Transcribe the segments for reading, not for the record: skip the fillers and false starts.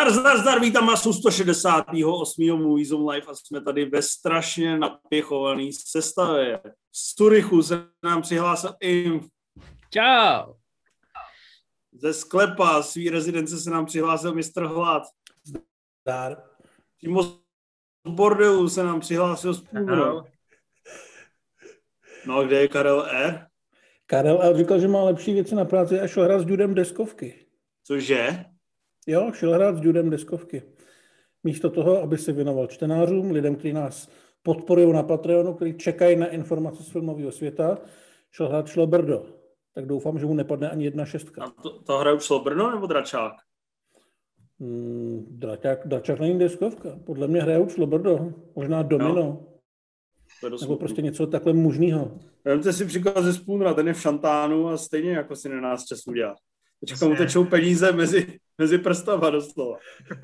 Zdar, vítám vás u 168. Movies Zone Live a jsme tady ve strašně napěchovaný sestavě. Z Curychu se nám přihlásil Inf. Čau. Ze sklepa svý rezidence se nám přihlásil Mr. Hlad. Zdar. Přímo z bordelu se nám přihlásil Spůro. No a kde je Karel R? Karel R říkal, že má lepší věci na práci a šel hrát s Judem deskovky. Cože? Jo, šel hrát s Judem deskovky. Místo toho, aby se věnoval čtenářům, lidem, kteří nás podporují na Patreonu, kteří čekají na informace z filmového světa, šel hrát Šlobrdo. Tak doufám, že mu nepadne ani 1/6. A to hraje už Šlobrdo nebo Dračák? Dračák není deskovka. Podle mě hraje už Šlobrdo. Možná Domino. No. Nebo prostě něco takhle možného. Vemte si příklad ze Spoonera, ten je v šantánu a stejně jako si na nás čas udělá. Teďka mu tečou peníze mezi prstama doslova.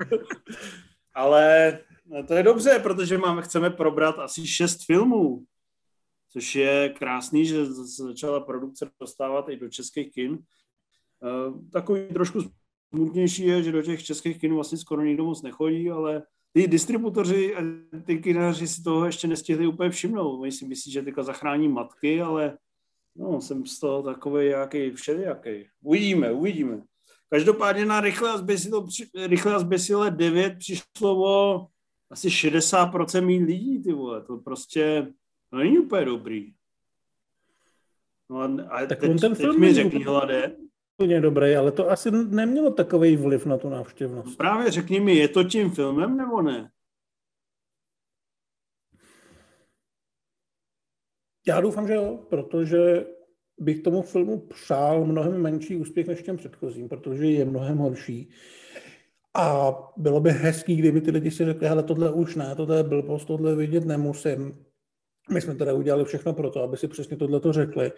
Ale to je dobře, protože chceme probrat asi 6 filmů, což je krásný, že začala produkce dostávat i do českých kin. Takový trošku smutnější je, že do těch českých kin vlastně skoro nikdo moc nechodí, ale ty distributoři a ty kinaři si toho ještě nestihli úplně všimnout. Oni si myslí, že teďka zachrání matky, ale no, jsem z toho takovej nějaký všelijaký. Uvidíme. Každopádně na Rychle a zběsile 9 přišlo o asi 60% méně lidí, ty vole. To prostě není úplně dobrý. No a tak teď mi řekni, Hlade. Úplně dobrý, ale to asi nemělo takový vliv na tu návštěvnost. Právě řekni mi, je to tím filmem nebo ne? Já doufám, že jo, protože bych tomu filmu přál mnohem menší úspěch než těm předchozím, protože je mnohem horší. A bylo by hezký, kdyby ty lidi si řekli, hele, tohle už ne, tohle je blbost, tohle vidět nemusím. My jsme teda udělali všechno pro to, aby si přesně tohleto řekli.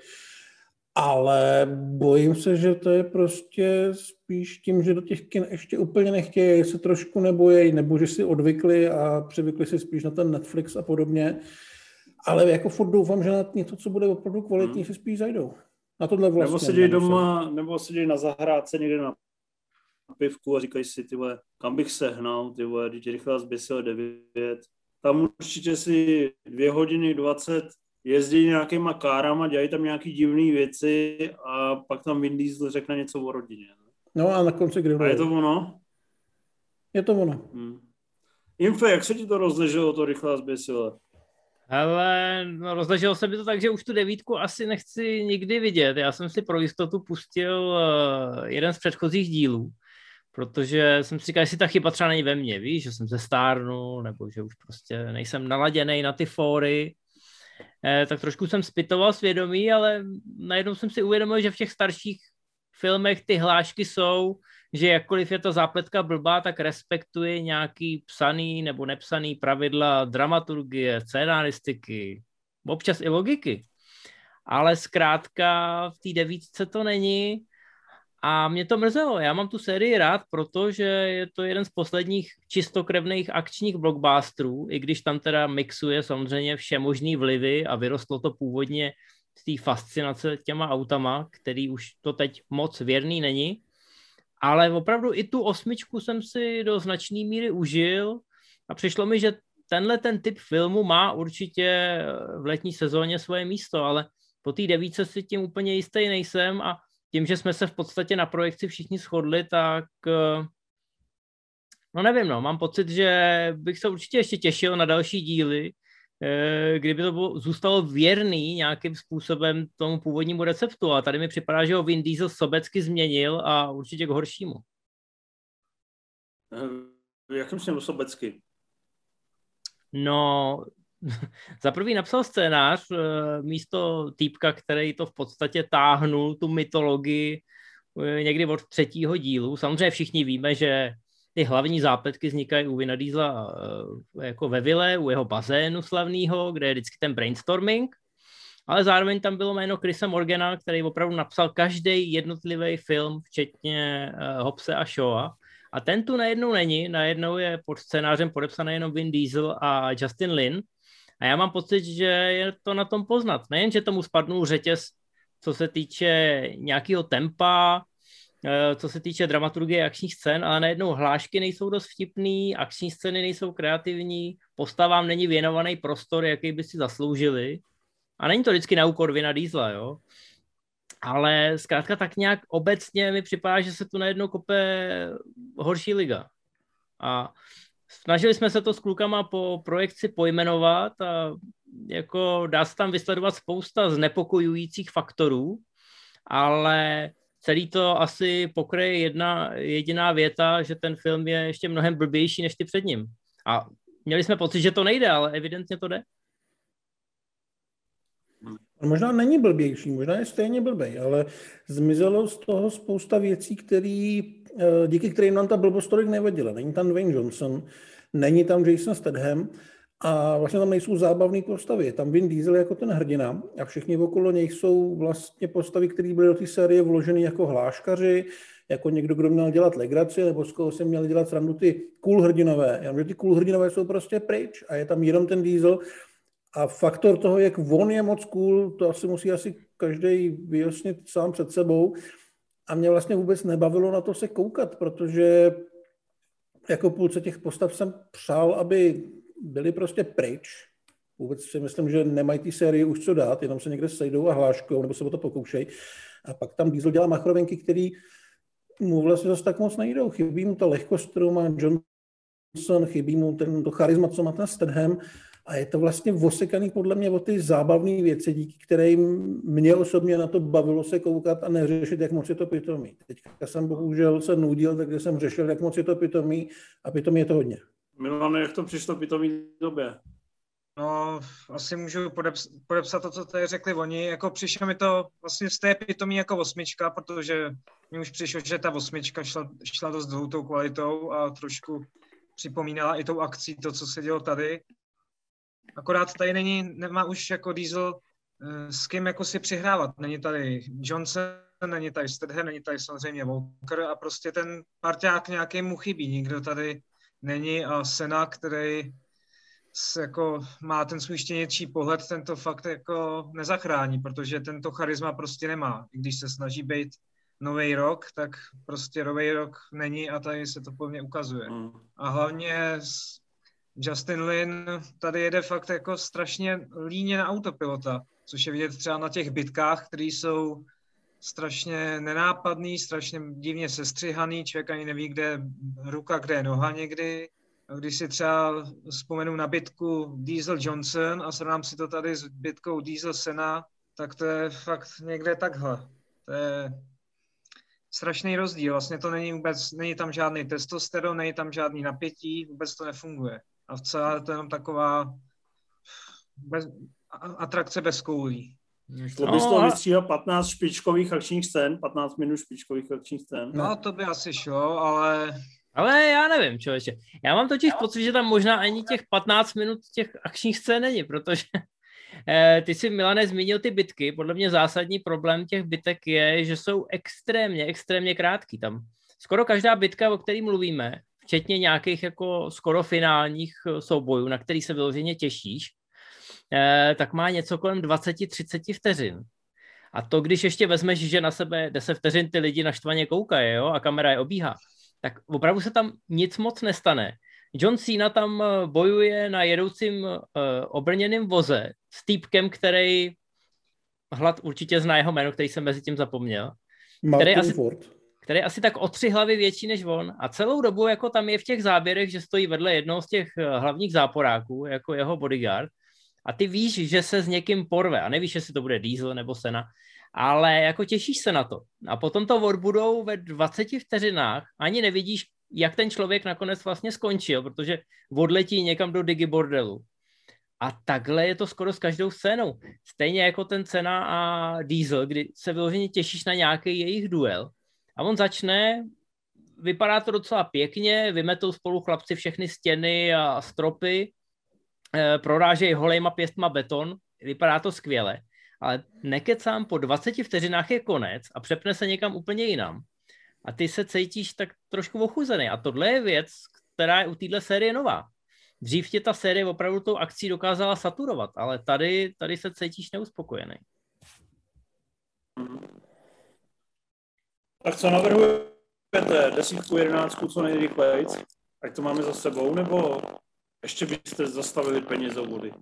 Ale bojím se, že to je prostě spíš tím, že do těch kin ještě úplně nechtějí, se trošku nebojí, nebo že si odvykli a přivykli si spíš na ten Netflix a podobně. Ale jako furt doufám, že na něco, co bude opravdu kvalitní, si spíš zajdou. Na tohle vlastně. Nebo sedějí doma, nebo sedějí na zahrádce někde na pivku a říkají si, ty vole, kam bych sehnal, ty vole, když Rychle a zběsile 9. Tam určitě si 2 hodiny 20 jezdí nějakýma kárama, dělají tam nějaký divné věci a pak tam Vin Diesel řekne něco o rodině. No a na konci kdy. A je to ono? Je to ono. Infe, jak se ti to rozleželo, to Rychle a zběsile? Ale no, rozleželo se mi to tak, že už tu 9 asi nechci nikdy vidět. Já jsem si pro jistotu pustil jeden z předchozích dílů, protože jsem si říkal, jestli ta chyba třeba není ve mně, víš, že jsem se stárnul, nebo že už prostě nejsem naladěnej na ty fóry. Tak trošku jsem zpytoval svědomí, ale najednou jsem si uvědomil, že v těch starších filmech ty hlášky jsou, že jakkoliv je to zápletka blbá, tak respektuje nějaký psaný nebo nepsaný pravidla dramaturgie, scénaristiky, občas i logiky. Ale zkrátka v té 9 to není a mě to mrzelo. Já mám tu sérii rád, protože je to jeden z posledních čistokrevných akčních blockbusterů, i když tam teda mixuje samozřejmě všemožný vlivy a vyrostlo to původně z té fascinace těma autama, který už to teď moc věrný není. Ale opravdu i tu 8 jsem si do značné míry užil a přišlo mi, že ten typ filmu má určitě v letní sezóně svoje místo, ale po té 9 si tím úplně jistý nejsem a tím, že jsme se v podstatě na projekci všichni shodli, tak no nevím, mám pocit, že bych se určitě ještě těšil na další díly, kdyby to zůstalo věrný nějakým způsobem tomu původnímu receptu. A tady mi připadá, že ho Vin Diesel sobecky změnil a určitě k horšímu. Jakým směru sobecky? No, za prvý napsal scénář místo týpka, který to v podstatě táhnul, tu mytologii někdy od 3. dílu. Samozřejmě všichni víme, že ty hlavní zápletky vznikají u Vina Diesela jako ve vile, u jeho bazénu slavného, kde je vždycky ten brainstorming, ale zároveň tam bylo jméno Chrisa Morgana, který opravdu napsal každý jednotlivý film, včetně Hobbse a Shawa. A ten tu najednou není, najednou je pod scénářem podepsaný jenom Vin Diesel a Justin Lin. A já mám pocit, že je to na tom poznat. Nejen, že tomu spadnul řetěz, co se týče nějakého tempa, co se týče dramaturgie akčních scén, ale najednou hlášky nejsou dost vtipný, akční scény nejsou kreativní, postavám není věnovaný prostor, jaký by si zasloužili. A není to vždycky na úkor Vina Diesla, jo. Ale zkrátka tak nějak obecně mi připadá, že se tu najednou kope horší liga. A snažili jsme se to s klukama po projekci pojmenovat a jako dá se tam vysledovat spousta znepokojujících faktorů, ale celý to asi pokryje jedna jediná věta, že ten film je ještě mnohem blbější než ty před ním. A měli jsme pocit, že to nejde, ale evidentně to jde. Možná není blbější, možná je stejně blbej, ale zmizelo z toho spousta věcí, díky kterým nám ta blbost tolik nevadila. Není tam Dwayne Johnson, není tam Jason Statham a vlastně tam nejsou zábavné postavy. Je tam Vin Diesel jako ten hrdina a všichni okolo něj jsou vlastně postavy, které byly do té série vloženy jako hláškaři, jako někdo, kdo měl dělat legraci, nebo z koho se měli dělat srandu ty cool hrdinové. Jenomže ty cool hrdinové jsou prostě pryč a je tam jenom ten Diesel. A faktor toho, jak on je moc cool, to musí každý vyjasnit sám před sebou. A mě vlastně vůbec nebavilo na to se koukat, protože jako půlce těch postav jsem přál, aby byli prostě pryč. Vůbec si myslím, že nemají ty série už co dát, jenom se někde sejdou a hláškujou, nebo se o to pokoušej. A pak tam Diesel dělá machrovenky, který mu vlastně zase tak moc nejdou. Chybí mu ta lehkost, kterou má Johnson, chybí mu to charisma, co má ten Statham. A je to vlastně osekaný podle mě o ty zábavné věci, díky kterým mě osobně na to bavilo se koukat a neřešit, jak moc je to pitomý. Teďka jsem bohužel se nudil, takže jsem řešil, jak moc je to pitomý a pitomý je to hodně. Milane, jak to přišlo pitomý době? No, asi můžu podepsat to, co tady řekli oni. Jako přišlo mi to vlastně z té pitomí jako 8, protože mi už přišlo, že ta 8 šla dost dlouhou tou kvalitou a trošku připomínala i tou akcí to, co se dělo tady. Akorát tady nemá už jako Diesel s kým jako si přihrávat. Není tady Johnson, není tady Statham, není tady samozřejmě Walker a prostě ten parťák nějaký mu chybí. Nikdo tady není a Senna, který jako má ten svůj štěněčí pohled, ten to fakt jako nezachrání, protože tento charisma prostě nemá. I když se snaží být nový rok, tak prostě nový rok není a tady se to plně ukazuje. A hlavně Justin Lin tady jede fakt jako strašně líně na autopilota, což je vidět třeba na těch bitkách, které jsou strašně nenápadný, strašně divně sestřihaný, člověk ani neví, kde je ruka, kde je noha někdy. A když si třeba vzpomenu na bitku Diesel Johnson a srovnám si to tady s bitkou Diesel Senna, tak to je fakt někde takhle. To je strašný rozdíl. Vlastně to není tam žádný testosteron, není tam žádný napětí, vůbec to nefunguje. A v celé to je jenom taková atrakce bez koulí. Šlo by z toho vystříhat 15 špičkových akčních scén, 15 minut špičkových akčních scén. No, to by asi šlo, ale... Ale já nevím, člověče. Já mám totiž pocit, že tam možná ani těch 15 minut těch akčních scén není, protože ty si, Milane, zmínil ty bitky. Podle mě zásadní problém těch bitek je, že jsou extrémně krátký. Tam skoro každá bitka, o který mluvíme, včetně nějakých jako skoro finálních soubojů, na který se vyloženě těšíš, tak má něco kolem 20-30 vteřin. A to, když ještě vezmeš, že na sebe 10 vteřin ty lidi naštvaně koukají, jo, a kamera je obíhá, tak opravdu se tam nic moc nestane. John Cena tam bojuje na jedoucím obrněném voze s týpkem, který Hlad určitě zná jeho jméno, který jsem mezi tím zapomněl. Který je asi tak o 3 hlavy větší než on. A celou dobu jako tam je v těch záběrech, že stojí vedle jednoho z těch hlavních záporáků, jako jeho bodyguard. A ty víš, že se s někým porve. A nevíš, jestli to bude Diesel nebo Senna. Ale jako těšíš se na to. A potom to odbudou ve 20 vteřinách. Ani nevidíš, jak ten člověk nakonec vlastně skončil, protože odletí někam do digibordelu. A takhle je to skoro s každou scénou. Stejně jako ten Senna a Diesel, kdy se vyloženě těšíš na nějaký jejich duel. A on začne, vypadá to docela pěkně, vymetou spolu chlapci všechny stěny a stropy, prorážejí holejma pěstma beton, vypadá to skvěle. Ale nekecám, po 20 vteřinách je konec a přepne se někam úplně jinam. A ty se cítíš tak trošku ochuzený. A tohle je věc, která je u téhle série nová. Dřív tě ta série opravdu tou akcí dokázala saturovat, ale tady se cítíš neuspokojený. Tak co navrhujete? 10, 11, co nejrychleji? Ať to máme za sebou, nebo ještě byste zastavili peněze vody?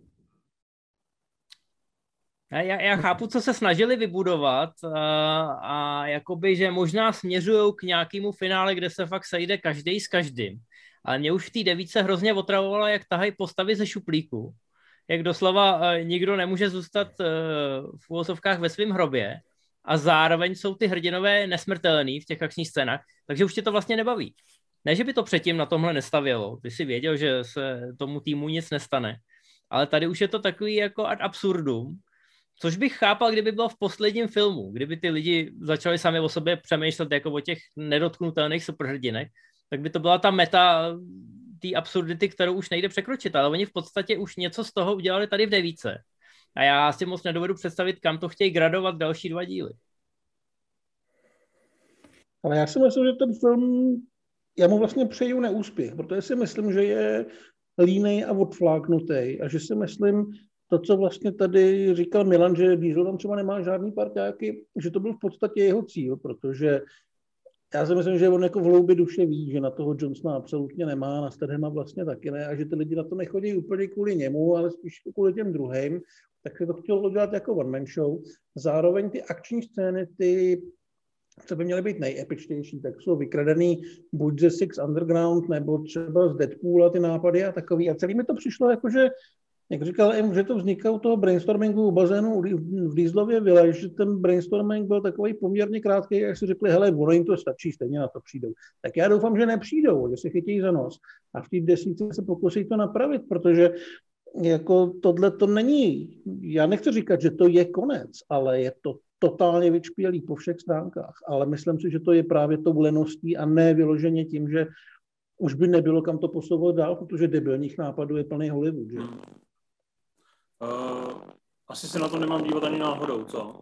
Já chápu, co se snažili vybudovat a jakoby, že možná směřují k nějakému finále, kde se fakt sejde každý s každým. Ale mě už v té 9 hrozně otravovalo, jak tahají postavy ze šuplíku. Jak doslova nikdo nemůže zůstat v uvozovkách ve svém hrobě a zároveň jsou ty hrdinové nesmrtelný v těch akčních scénách, takže už tě to vlastně nebaví. Ne, že by to předtím na tomhle nestavělo. Ty si věděl, že se tomu týmu nic nestane. Ale tady už je to takový jako ad absurdum, což bych chápal, kdyby bylo v posledním filmu, kdyby ty lidi začali sami o sobě přemýšlet jako o těch nedotknutelných superhrdinech, tak by to byla ta meta té absurdity, kterou už nejde překročit, ale oni v podstatě už něco z toho udělali tady v 9. A já si moc nedovedu představit, kam to chtějí gradovat další 2 díly. Ale já si myslím, že ten film, já mu vlastně přeju neúspěch, protože si myslím, že je línej a odfláknutý a že si myslím, to, co vlastně tady říkal Milan, že Diesel tam třeba nemá žádný parťáky, že to byl v podstatě jeho cíl, protože já si myslím, že on jako v hloubi duše ví, že na toho Johnsona absolutně nemá, na Stathama vlastně taky ne, a že ty lidi na to nechodí úplně kvůli němu, ale spíš kvůli těm druhým, tak se to chtěl udělat jako one-man show. Zároveň ty akční scény, ty, co by měly být nejepičtější, tak jsou vykradený buď ze Six Underground, nebo třeba z Deadpoola ty nápady a takový. A celý mi to přišlo jako, že jak říkal, že to vznikalo u toho brainstormingu u bazénu v Dieselově Village, že ten brainstorming byl takový poměrně krátký, jak si řekli, hele, ono jim to stačí, stejně na to přijdou. Tak já doufám, že nepřijdou, že se chytí za nos a v té 10 se pokusí to napravit, protože jako tohle to není, já nechci říkat, že to je konec, ale je to totálně vyčpělý po všech stránkách, ale myslím si, že to je právě tou leností a ne vyloženě tím, že už by nebylo kam to posouvat dál, protože debilních nápadů je plný Hollywood, že? Asi se na to nemám dívat ani náhodou, co?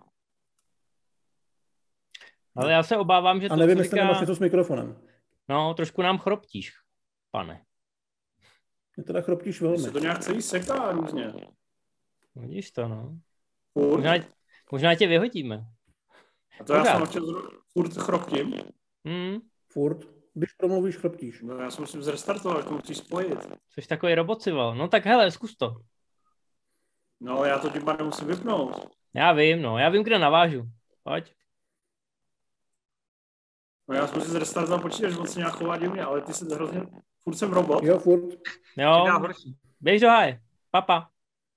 Ale já se obávám, že to, a nevím, jestli nemáš něco s mikrofonem. No, trošku nám chroptíš, pane. Mě teda chroptíš velmi. Se to nějak celý seká různě. Vidíš to, no. Možná tě vyhodíme. A to já jsem chtěl furt chroptím. Furt. Když promluvíš, chroptíš. No, já jsem musím zrestartovat, to musíš spojit. Což takový robocival. No tak hele, zkus to. No, já to tím pádem musím vypnout. Já vím, kde navážu. Pojď. No, já jsem si zrestartoval počítač, že on se nějak chová divně, ale ty jsi hrozně... Furt jsem robot. Jo, furt. Jo, běž do háje. Papa.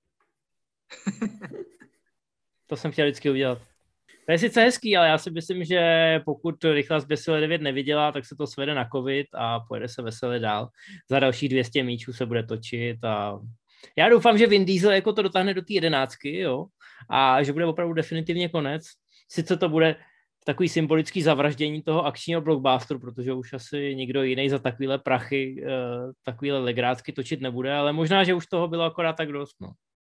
To jsem chtěl vždycky udělat. To je sice hezký, ale já si myslím, že pokud Rychlá zběsile 9 nevydělá, tak se to svede na covid a pojede se veselé dál. Za dalších 200 míčů se bude točit a já doufám, že Vin Diesel jako to dotáhne do té 11, jo, a že bude opravdu definitivně konec. Sice to bude takový symbolický zavraždění toho akčního blockbusteru, protože už asi nikdo jiný za takovýhle prachy, takovýhle legrácky točit nebude, ale možná, že už toho bylo akorát tak dost, no.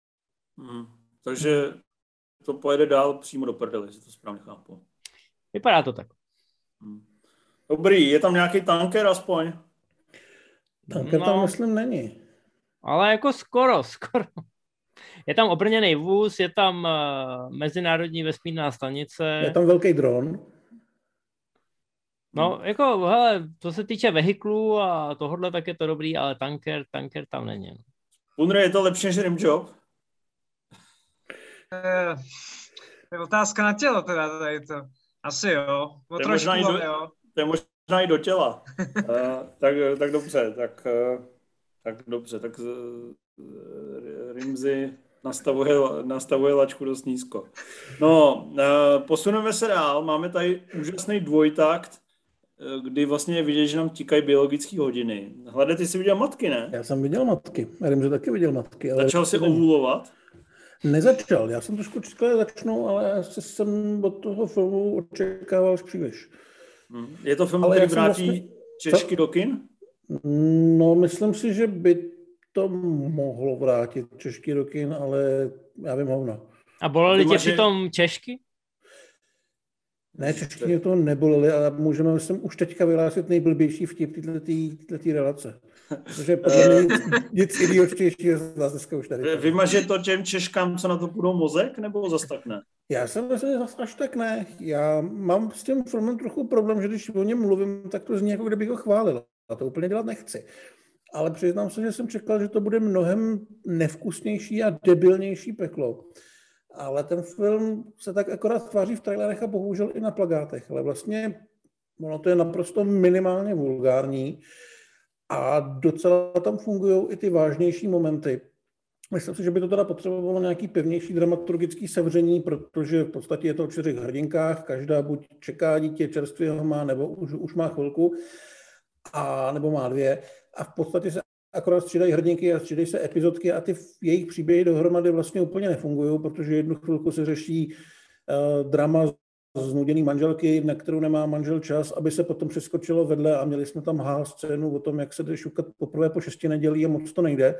Takže to pojede dál přímo do prdele, jestli to správně chápu. Vypadá to tak. Dobrý, je tam nějaký tanker aspoň? Tanker tam myslím není. Ale jako skoro. Je tam obrněný vůz, je tam mezinárodní vesmírná stanice. Je tam velký dron. No, jako, hele, co se týče vehiklů a tohodle, tak je to dobrý, ale tanker tam není. Punry, je to lepší než Rimjob? To je otázka na tělo teda tady to. Asi jo. To je možná i do těla. tak dobře, tak dobře, tak Rimzy nastavuje lačku dost nízko. No, posuneme se dál, máme tady úžasný dvojtakt, kdy vlastně je vidět, že nám tikají biologické hodiny. Hlade, ty jsi viděl matky, ne? Já jsem viděl matky, Rimzy taky viděl matky. Ale začal jsi ovulovat? Nezačal, já jsem trošku čekal, že začnu, ale jsem od toho filmu očekával příliš. Je to film, který vrátí vlastně Češky do kin? No, myslím si, že by to mohlo vrátit Češky do kin, ale já vím hovno. A bolely tě přitom Češky? Ne, češtině to nebolely, ale můžeme už teďka vyhlásit nejblbější vtip této relace. Protože podle mě nic jiného čtějšího z nás dneska už tady. Vymaže to těm Češkám, co na to půjdou mozek, nebo zas tak ne? Já jsem myslím, že zas až tak ne. Já mám s tím filmem trochu problém, že když o něm mluvím, tak to zní jako kdybych ho chválil. A to úplně dělat nechci. Ale přiznám se, že jsem čekal, že to bude mnohem nevkusnější a debilnější peklo. Ale ten film se tak akorát tváří v trailerech a bohužel i na plakátech. Ale vlastně ono to je naprosto minimálně vulgární a docela tam fungují i ty vážnější momenty. Myslím si, že by to teda potřebovalo nějaký pevnější dramaturgický sevření, protože v podstatě je to o 4 hrdinkách, každá buď čeká dítě, čerstvě ho má, nebo už má chvilku, a nebo má 2. A v podstatě se akorát střídají hrdinky a střídají se epizodky a ty jejich příběhy dohromady vlastně úplně nefungují, protože jednu chvilku se řeší drama znuděný manželky, na kterou nemá manžel čas, aby se potom přeskočilo vedle a měli jsme tam scénu o tom, jak se jde šukat poprvé po 6 nedělí a moc to nejde.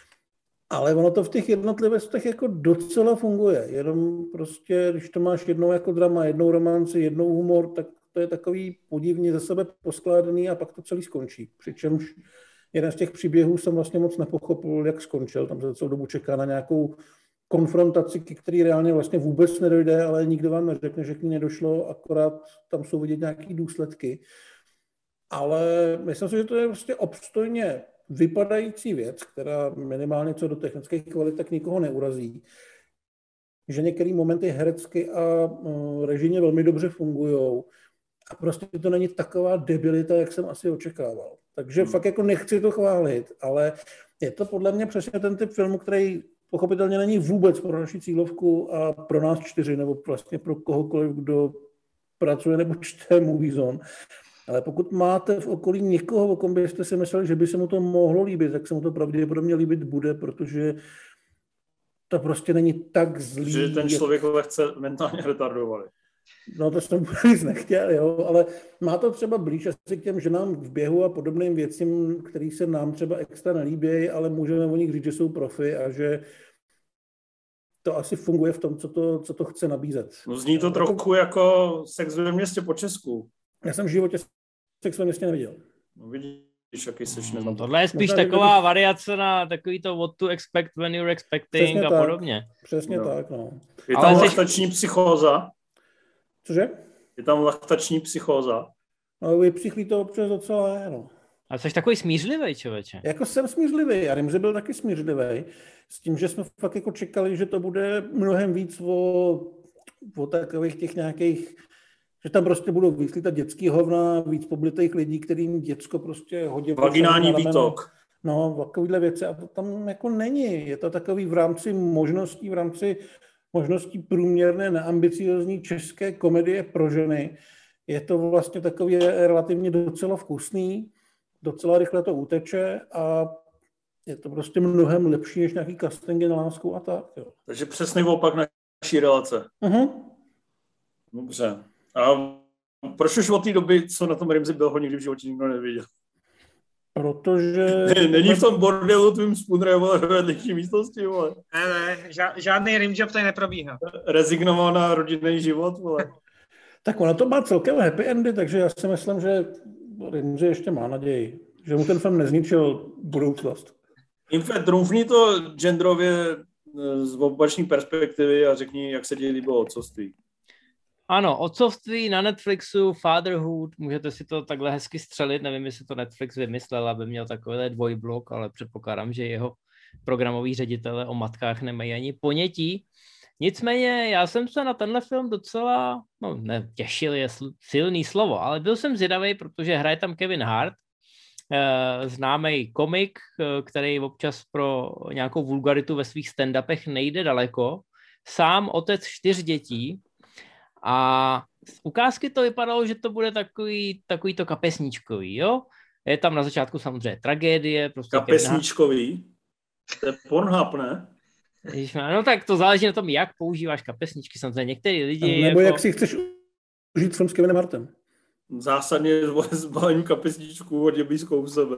Ale ono to v těch jednotlivostech jako docela funguje. Jenom prostě, když to máš jednou jako drama, jednou romanci, jednou humor, tak to je takový podivně ze sebe poskládaný a pak to celý skončí. Přičemž jeden z těch příběhů jsem vlastně moc nepochopil, jak skončil. Tam se celou dobu čeká na nějakou konfrontaci, k který reálně vlastně vůbec nedojde, ale nikdo vám neřekne, že k ní nedošlo, akorát tam jsou vidět nějaké důsledky. Ale myslím si, že to je prostě obstojně vypadající věc, která minimálně co do technických kvalit tak nikoho neurazí. Že některé momenty herecky a režijně velmi dobře fungují. A prostě to není taková debilita, jak jsem asi očekával. Takže fakt jako nechci to chválit, ale je to podle mě přesně ten typ filmu, který pochopitelně není vůbec pro naši cílovku a pro nás 4, nebo vlastně pro kohokoliv, kdo pracuje nebo čte Movie Zone. Ale pokud máte v okolí někoho, o kom byste si mysleli, že by se mu to mohlo líbit, tak se mu to pravděpodobně líbit bude, protože to prostě není tak zlý. Že ten člověk lehce mentálně retardovaný. No to jsem vůbec nechtěl, jo, ale má to třeba blíž asi k těm ženám v běhu a podobným věcím, který se nám třeba extra nelíbí, ale můžeme o nich říct, že jsou profi a že to asi funguje v tom, co to chce nabízet. No zní to trochu jako Sex ve městě po česku. Já jsem v životě Sex ve městě neviděl. No vidíš, jaký seš neznám. Tohle je spíš taková variace na takový to what to expect when you're expecting přesně a tak, podobně. Přesně tak, no. Je tam laktační psychóza? Cože? Je tam laktační psychóza? No, vypsychlí to občas docela, no. A jsi takový smířlivý, člověče. Jako jsem smířlivý, a Rimze byl taky smířlivý, s tím, že jsme fakt jako čekali, že to bude mnohem víc o takových těch nějakých, že tam prostě budou vyslítat dětský hovna, víc poblitých lidí, kterým děcko prostě hodně... Vaginální výtok. No, takovýhle věci, a to tam jako není. Je to takový v rámci možností průměrné, neambiciozní české komedie pro ženy. Je to vlastně takový relativně docela vkusný, docela rychle to uteče a je to prostě mnohem lepší než nějaký castingy na lásku a tak. Jo. Takže přesně opak naší relace. Dobře. A proč už od té doby, co na tom Rimzi byl, ho nikdy v životě nikdo neviděl? Protože... Není v tom bordelu tvým Spoonerem, vole, ve vedlejší místnosti, vole. Ne, žádný rimjob tady neprobíhá. Rezignoval na rodinný život, vole. Tak ono to má celkem happy endy, takže já si myslím, že Rimzi ještě má naději, že mu ten film nezničil budoucnost. Infant, trumfni to genderově z opačné perspektivy a řekni, jak se ti líbilo otcovství. Ano, otcovství na Netflixu, Fatherhood, můžete si to takhle hezky střelit, nevím, jestli to Netflix vymyslel, aby měl takovýhle dvojblok, ale předpokládám, že jeho programoví ředitele o matkách nemají ani ponětí. Nicméně já jsem se na tenhle film docela, těšil je silný slovo, ale byl jsem zvědavý, protože hraje tam Kevin Hart, známý komik, který občas pro nějakou vulgaritu ve svých stand-upech nejde daleko, sám otec 4 dětí a z ukázky to vypadalo, že to bude takový to kapesníčkový, jo? Je tam na začátku samozřejmě tragédie. Prostě kapesníčkový? To je Pornhub, ne? No tak to záleží na tom, jak používáš kapesničky. Samozřejmě některý lidi... Nebo jak si chceš užít film s Kevinem Hartem. Zásadně zbalím kapesničku hodně blízko u sebe.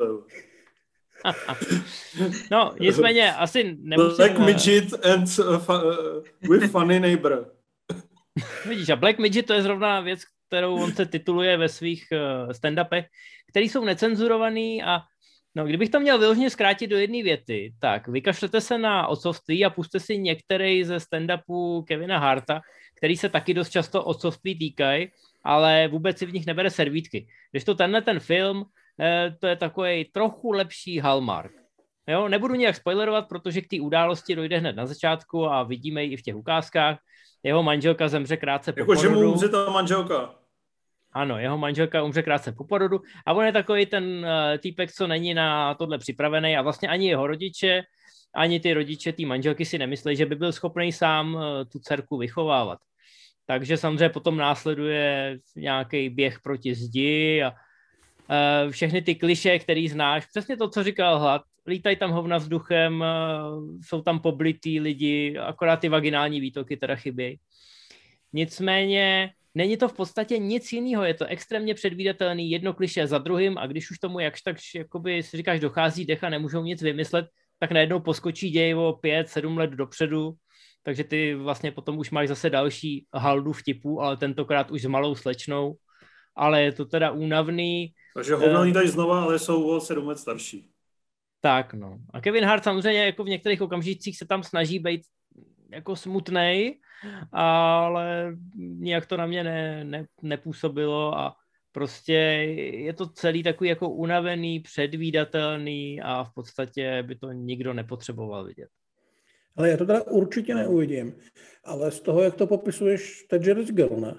No, nicméně asi nemusím... Like midget and with funny neighbor. Vidíš, a Black Midget to je zrovna věc, kterou on se tituluje ve svých stand-upech, který jsou necenzurovaný a no, kdybych to měl vyloženě zkrátit do jedné věty, tak vykašlete se na otcovství a puste si některý ze stand-upů Kevina Harta, který se taky dost často otcovství týkají, ale vůbec si v nich nebere servítky. Když to ten film, to je takový trochu lepší Hallmark. Jo, nebudu nějak spoilerovat, protože k té události dojde hned na začátku a vidíme ji i v těch ukázkách. Jeho manželka zemře krátce po porodu. Jakože mu umře ta manželka. Ano, jeho manželka umře krátce po porodu a on je takový ten týpek, co není na tohle připravený a vlastně ani jeho rodiče, ani ty rodiče té manželky si nemyslí, že by byl schopný sám tu dcerku vychovávat. Takže samozřejmě potom následuje nějaký běh proti zdi a všechny ty klišé, který znáš. Přesně to, co říkal Hlad. Lítají tam hovna vzduchem, jsou tam poblitý lidi, akorát ty vaginální výtoky teda chybějí. Nicméně není to v podstatě nic jiného, je to extrémně předvídatelný, jedno klišé za druhým a když už tomu jakž tak jakoby si říkáš dochází dech a nemůžou nic vymyslet, tak najednou poskočí děj o 5-7 let dopředu, takže ty vlastně potom už máš zase další haldu vtipů, ale tentokrát už s malou slečnou, ale je to teda únavný. Takže hovno lítají znova, ale jsou o 7 let starší. Tak no. A Kevin Hart samozřejmě jako v některých okamžicích se tam snaží být jako smutnej, ale nijak to na mě nepůsobilo a prostě je to celý takový jako unavený, předvídatelný a v podstatě by to nikdo nepotřeboval vidět. Ale já to teda určitě neuvidím, ale z toho, jak to popisuješ, to je Jersey Girl, ne?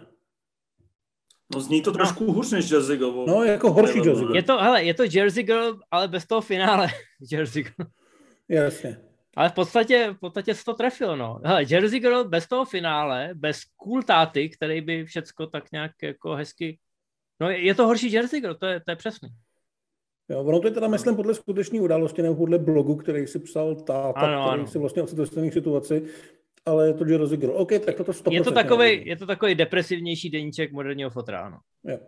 No zní to trošku hůř než Jersey Girl. No jako horší Jersey Girl. Je to Jersey Girl, ale bez toho finále Jersey Girl. Jasně. Ale v podstatě se to trefilo, no. Hele, Jersey Girl bez toho finále, bez cool táty, který by všecko tak nějak jako hezky... No je to horší Jersey Girl, to je přesný. Jo, ono to je teda, myslím, podle skutečné události, nebo podle blogu, který si psal táta, který si vlastně ocitl v stejné situaci, ale je to Jersey Girl. OK, tak to 100%. Je to takový depresivnější deníček moderního fotra, ano. Jo.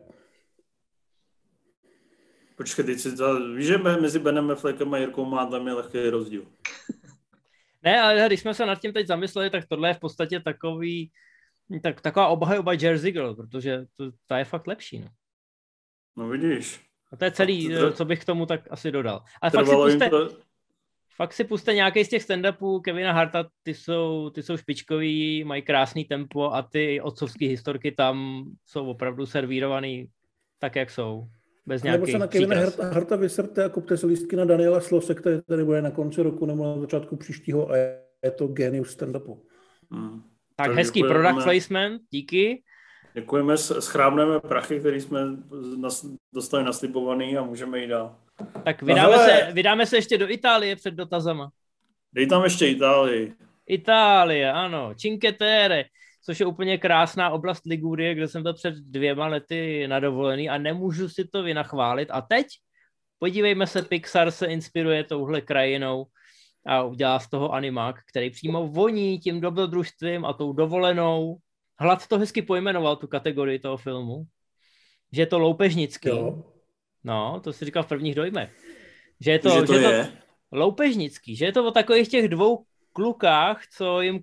Počkej, víš, že mezi Benem Affleckem a Jirkou Mádlem je lehký rozdíl. Ne, ale když jsme se nad tím teď zamysleli, tak tohle je v podstatě taková obhajoba Jersey Girl, protože ta je fakt lepší. No, no vidíš. A to je celý, co bych k tomu tak asi dodal. Ale fakt si puste nějaký z těch stand-upů Kevina Harta, ty jsou špičkový, mají krásný tempo a ty otcovské historky tam jsou opravdu servírovaný tak, jak jsou. Bez nějakých nebo se na Kevina Harta vysrte a kupte si lístky na Daniela Slose, který tady bude na konci roku nebo na začátku příštího a je to genius stand-upu. Tak hezký product placement, díky. Děkujeme, schrábneme prachy, které jsme dostali naslibovaný a můžeme jít dál. Tak vydáme se ještě do Itálie před dotazama. Dej tam ještě Itálii. Itálie, ano. Cinque Terre, což je úplně krásná oblast Ligurie, kde jsem byl před 2 lety na dovolený a nemůžu si to vynachválit. A teď podívejme se, Pixar se inspiruje touhle krajinou a udělá z toho animák, který přímo voní tím dobrodružstvím a tou dovolenou. Hlad to hezky pojmenoval, tu kategorii toho filmu, že je to loupežnický. Jo. No, to si říkal v prvních dojmech. Že je to loupežnický, že je to o takových těch 2 klukách, co jim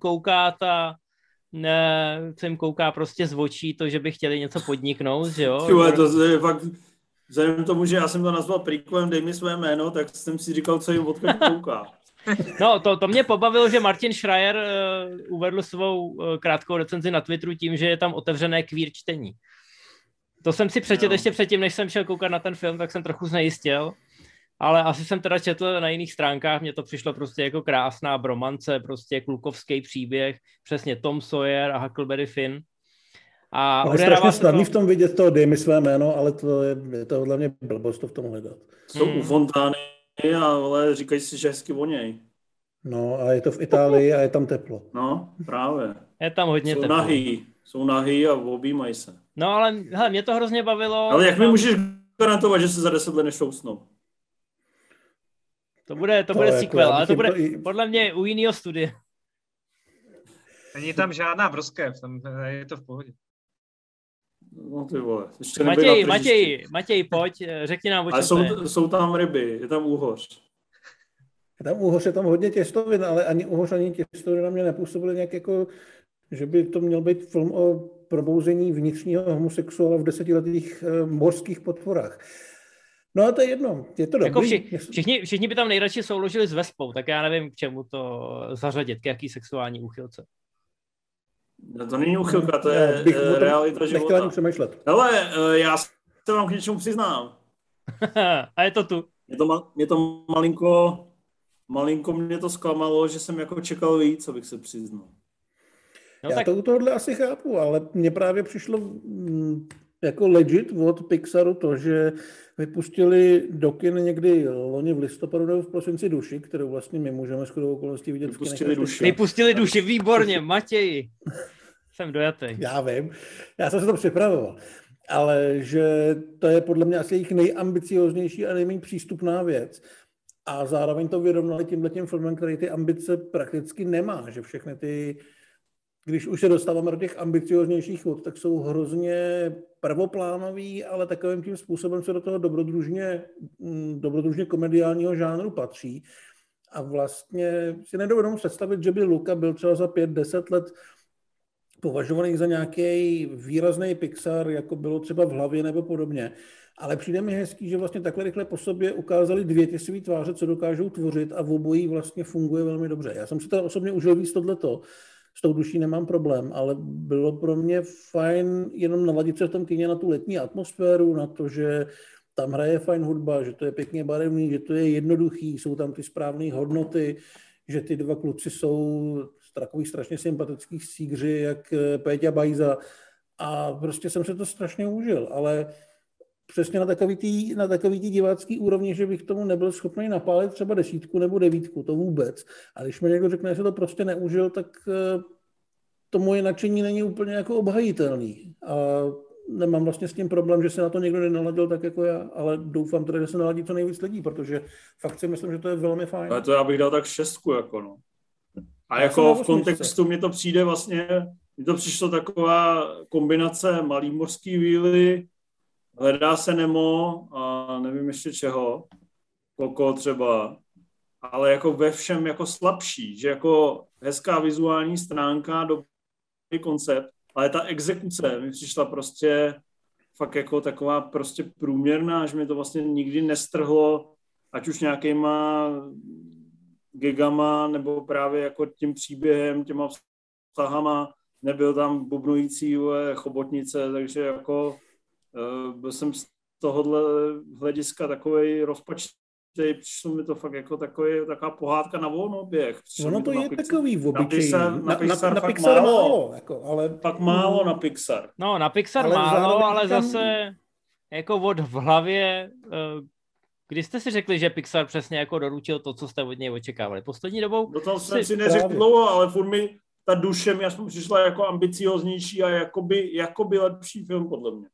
kouká prostě z očí to, že by chtěli něco podniknout, že jo? Tyhle, to je fakt, vzhledem tomu, že já jsem to nazval prequelem Dej mi své jméno, tak jsem si říkal, co jim odkud kouká. No, to mě pobavilo, že Martin Schreier uvedl svou krátkou recenzi na Twitteru tím, že je tam otevřené queer čtení. To jsem si přečetl ještě předtím, než jsem šel koukat na ten film, tak jsem trochu znejistil. Ale asi jsem teda četl na jiných stránkách, mně to přišlo prostě jako krásná bromance, prostě klukovský příběh, přesně Tom Sawyer a Huckleberry Finn. A je strašně snadný v tom vidět to, dej mi své jméno, ale to je to hlavně mě blbost to v tom hledat. Jsou u fontány, ale říkají si, že hezky voněj. No a je to v Itálii a je tam teplo. No, právě. Je tam hodně teplo. Jsou nahý a objímají se. No ale hele, mě to hrozně bavilo. Ale jak mi můžeš garantovat, že se za 10 let nešousnou? To bude sequel, ale to bude podle mě u jiného studia. Není tam žádná broskev, tam je to v pohodě. No ty vole. Matěj, pojď, řekni nám, o čem jsou tam ryby, je tam úhoř. Je tam úhoř, je tam hodně těstovin, ale ani úhoř, ani těstovin na mě nepůsobily nějak jako že by to měl být film o probouzení vnitřního homosexuála v 10letých mořských potvorách. No a to je jedno, je to jako dobrý. Všichni by tam nejradši souložili s Vespou, tak já nevím, k čemu to zařadit, k jaký sexuální úchylce. No to není úchylka, to je realita života. Nechtěl ani přemýšlet. Hele, já se vám k něčemu přiznám. A je to tu. Mě to malinko mě to zklamalo, že jsem jako čekal víc, abych se přiznal. No, já to u tohohle asi chápu, ale mně právě přišlo jako legit od Pixaru to, že vypustili do kin někdy loni v listopadu nebo v prosinci Duši, kterou vlastně my můžeme shodou okolností vidět v kinech. Vypustili Duši, výborně, Matěji. Jsem dojatý. Já vím, já jsem se to připravoval. Ale že to je podle mě asi jejich nejambicioznější a nejméně přístupná věc. A zároveň to vyrovnali tímhletím filmem, který ty ambice prakticky nemá, že všechny ty, když už se dostáváme do těch ambicioznějších vod, tak jsou hrozně prvoplánový, ale takovým tím způsobem se do toho dobrodružně komediálního žánru patří. A vlastně si nedovedou představit, že by Luka byl třeba za 5-10 let považovaný za nějaký výrazný Pixar, jako bylo třeba v Hlavě nebo podobně. Ale přijde mi hezký, že vlastně takhle rychle po sobě ukázali dvě ty svý tváře, co dokážou tvořit a v obojí vlastně funguje velmi dobře. Já jsem si teda osobně užil víc tohleto, s tou Duší nemám problém, ale bylo pro mě fajn jenom naladit se v tom kyně na tu letní atmosféru, na to, že tam hraje fajn hudba, že to je pěkně barevný, že to je jednoduchý, jsou tam ty správné hodnoty, že ty dva kluci jsou takový strašně sympatický sígři, jak Péťa Bajza, a prostě jsem se to strašně užil, ale přesně na takový tý divácký úrovni, že bych tomu nebyl schopný napálit třeba 10 nebo 9, to vůbec. A když mi někdo řekne, že se to prostě neužil, tak to moje nadšení není úplně jako obhajitelný. A nemám vlastně s tím problém, že se na to někdo nenaladil tak jako já, ale doufám teda, že se naladí co nejvíc lidí, protože fakt si myslím, že to je velmi fajn. Ale to já bych dal tak 6, jako no. A jako v kontextu mi to přijde vlastně, mi to přišlo taková kombinace Malý mořský víly, Hledá se Nemo a nevím ještě čeho, Koko třeba, ale jako ve všem jako slabší, že jako hezká vizuální stránka, dobrý koncept, ale ta exekuce mi přišla prostě fakt jako taková prostě průměrná, že mi to vlastně nikdy nestrhlo, ať už nějakýma gigama, nebo právě jako tím příběhem, těma vztahama, nebyl tam bubnující chobotnice, takže jako byl jsem z tohohle hlediska takovej rozpačitý, přišlo mi to fakt jako taková pohádka na volnoběh. Ono to je takový v obyčejný. Na Pixar fakt Pixar málo. Jako, ale... Fakt málo na Pixar. No, na Pixar málo, ale tam... zase jako od v hlavě, kdy jste si řekli, že Pixar přesně jako doručil to, co jste od něj očekávali? Poslední dobou... No to jsem si neřekl dlouho, ale furt mi ta Duše mi aspoň přišla jako ambicioznější a jakoby lepší film podle mě.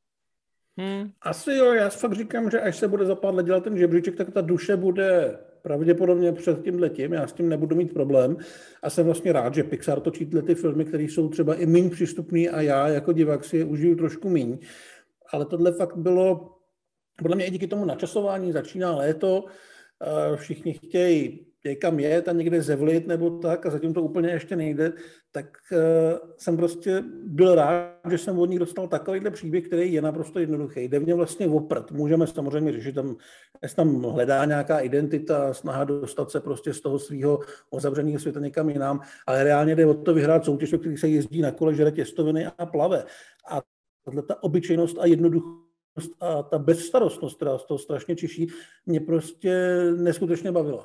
Asi jo, já fakt říkám, že až se bude za pár let dělat ten žebříček, tak ta Duše bude pravděpodobně před tímhletím, já s tím nebudu mít problém a jsem vlastně rád, že Pixar točí ty filmy, které jsou třeba i méně přístupný a já jako divák si je užiju trošku míň. Ale tohle fakt bylo, podle mě i díky tomu načasování, začíná léto, všichni chtějí někam jet a někde zevlit nebo tak a zatím to úplně ještě nejde, tak jsem prostě byl rád, že jsem od nich dostal takovýhle příběh, který je naprosto jednoduchý. Jde v něm vlastně o prd. Můžeme samozřejmě řešit, jestli tam hledá nějaká identita, snaha dostat se prostě z toho svého uzavřeného světa někam jinam, ale reálně jde o to vyhrát soutěž, o který se jezdí na kole, žere těstoviny a plave. A ta obyčejnost a jednoduchost a ta bezstarostnost, která z toho strašně čiší, mě prostě neskutečně bavila.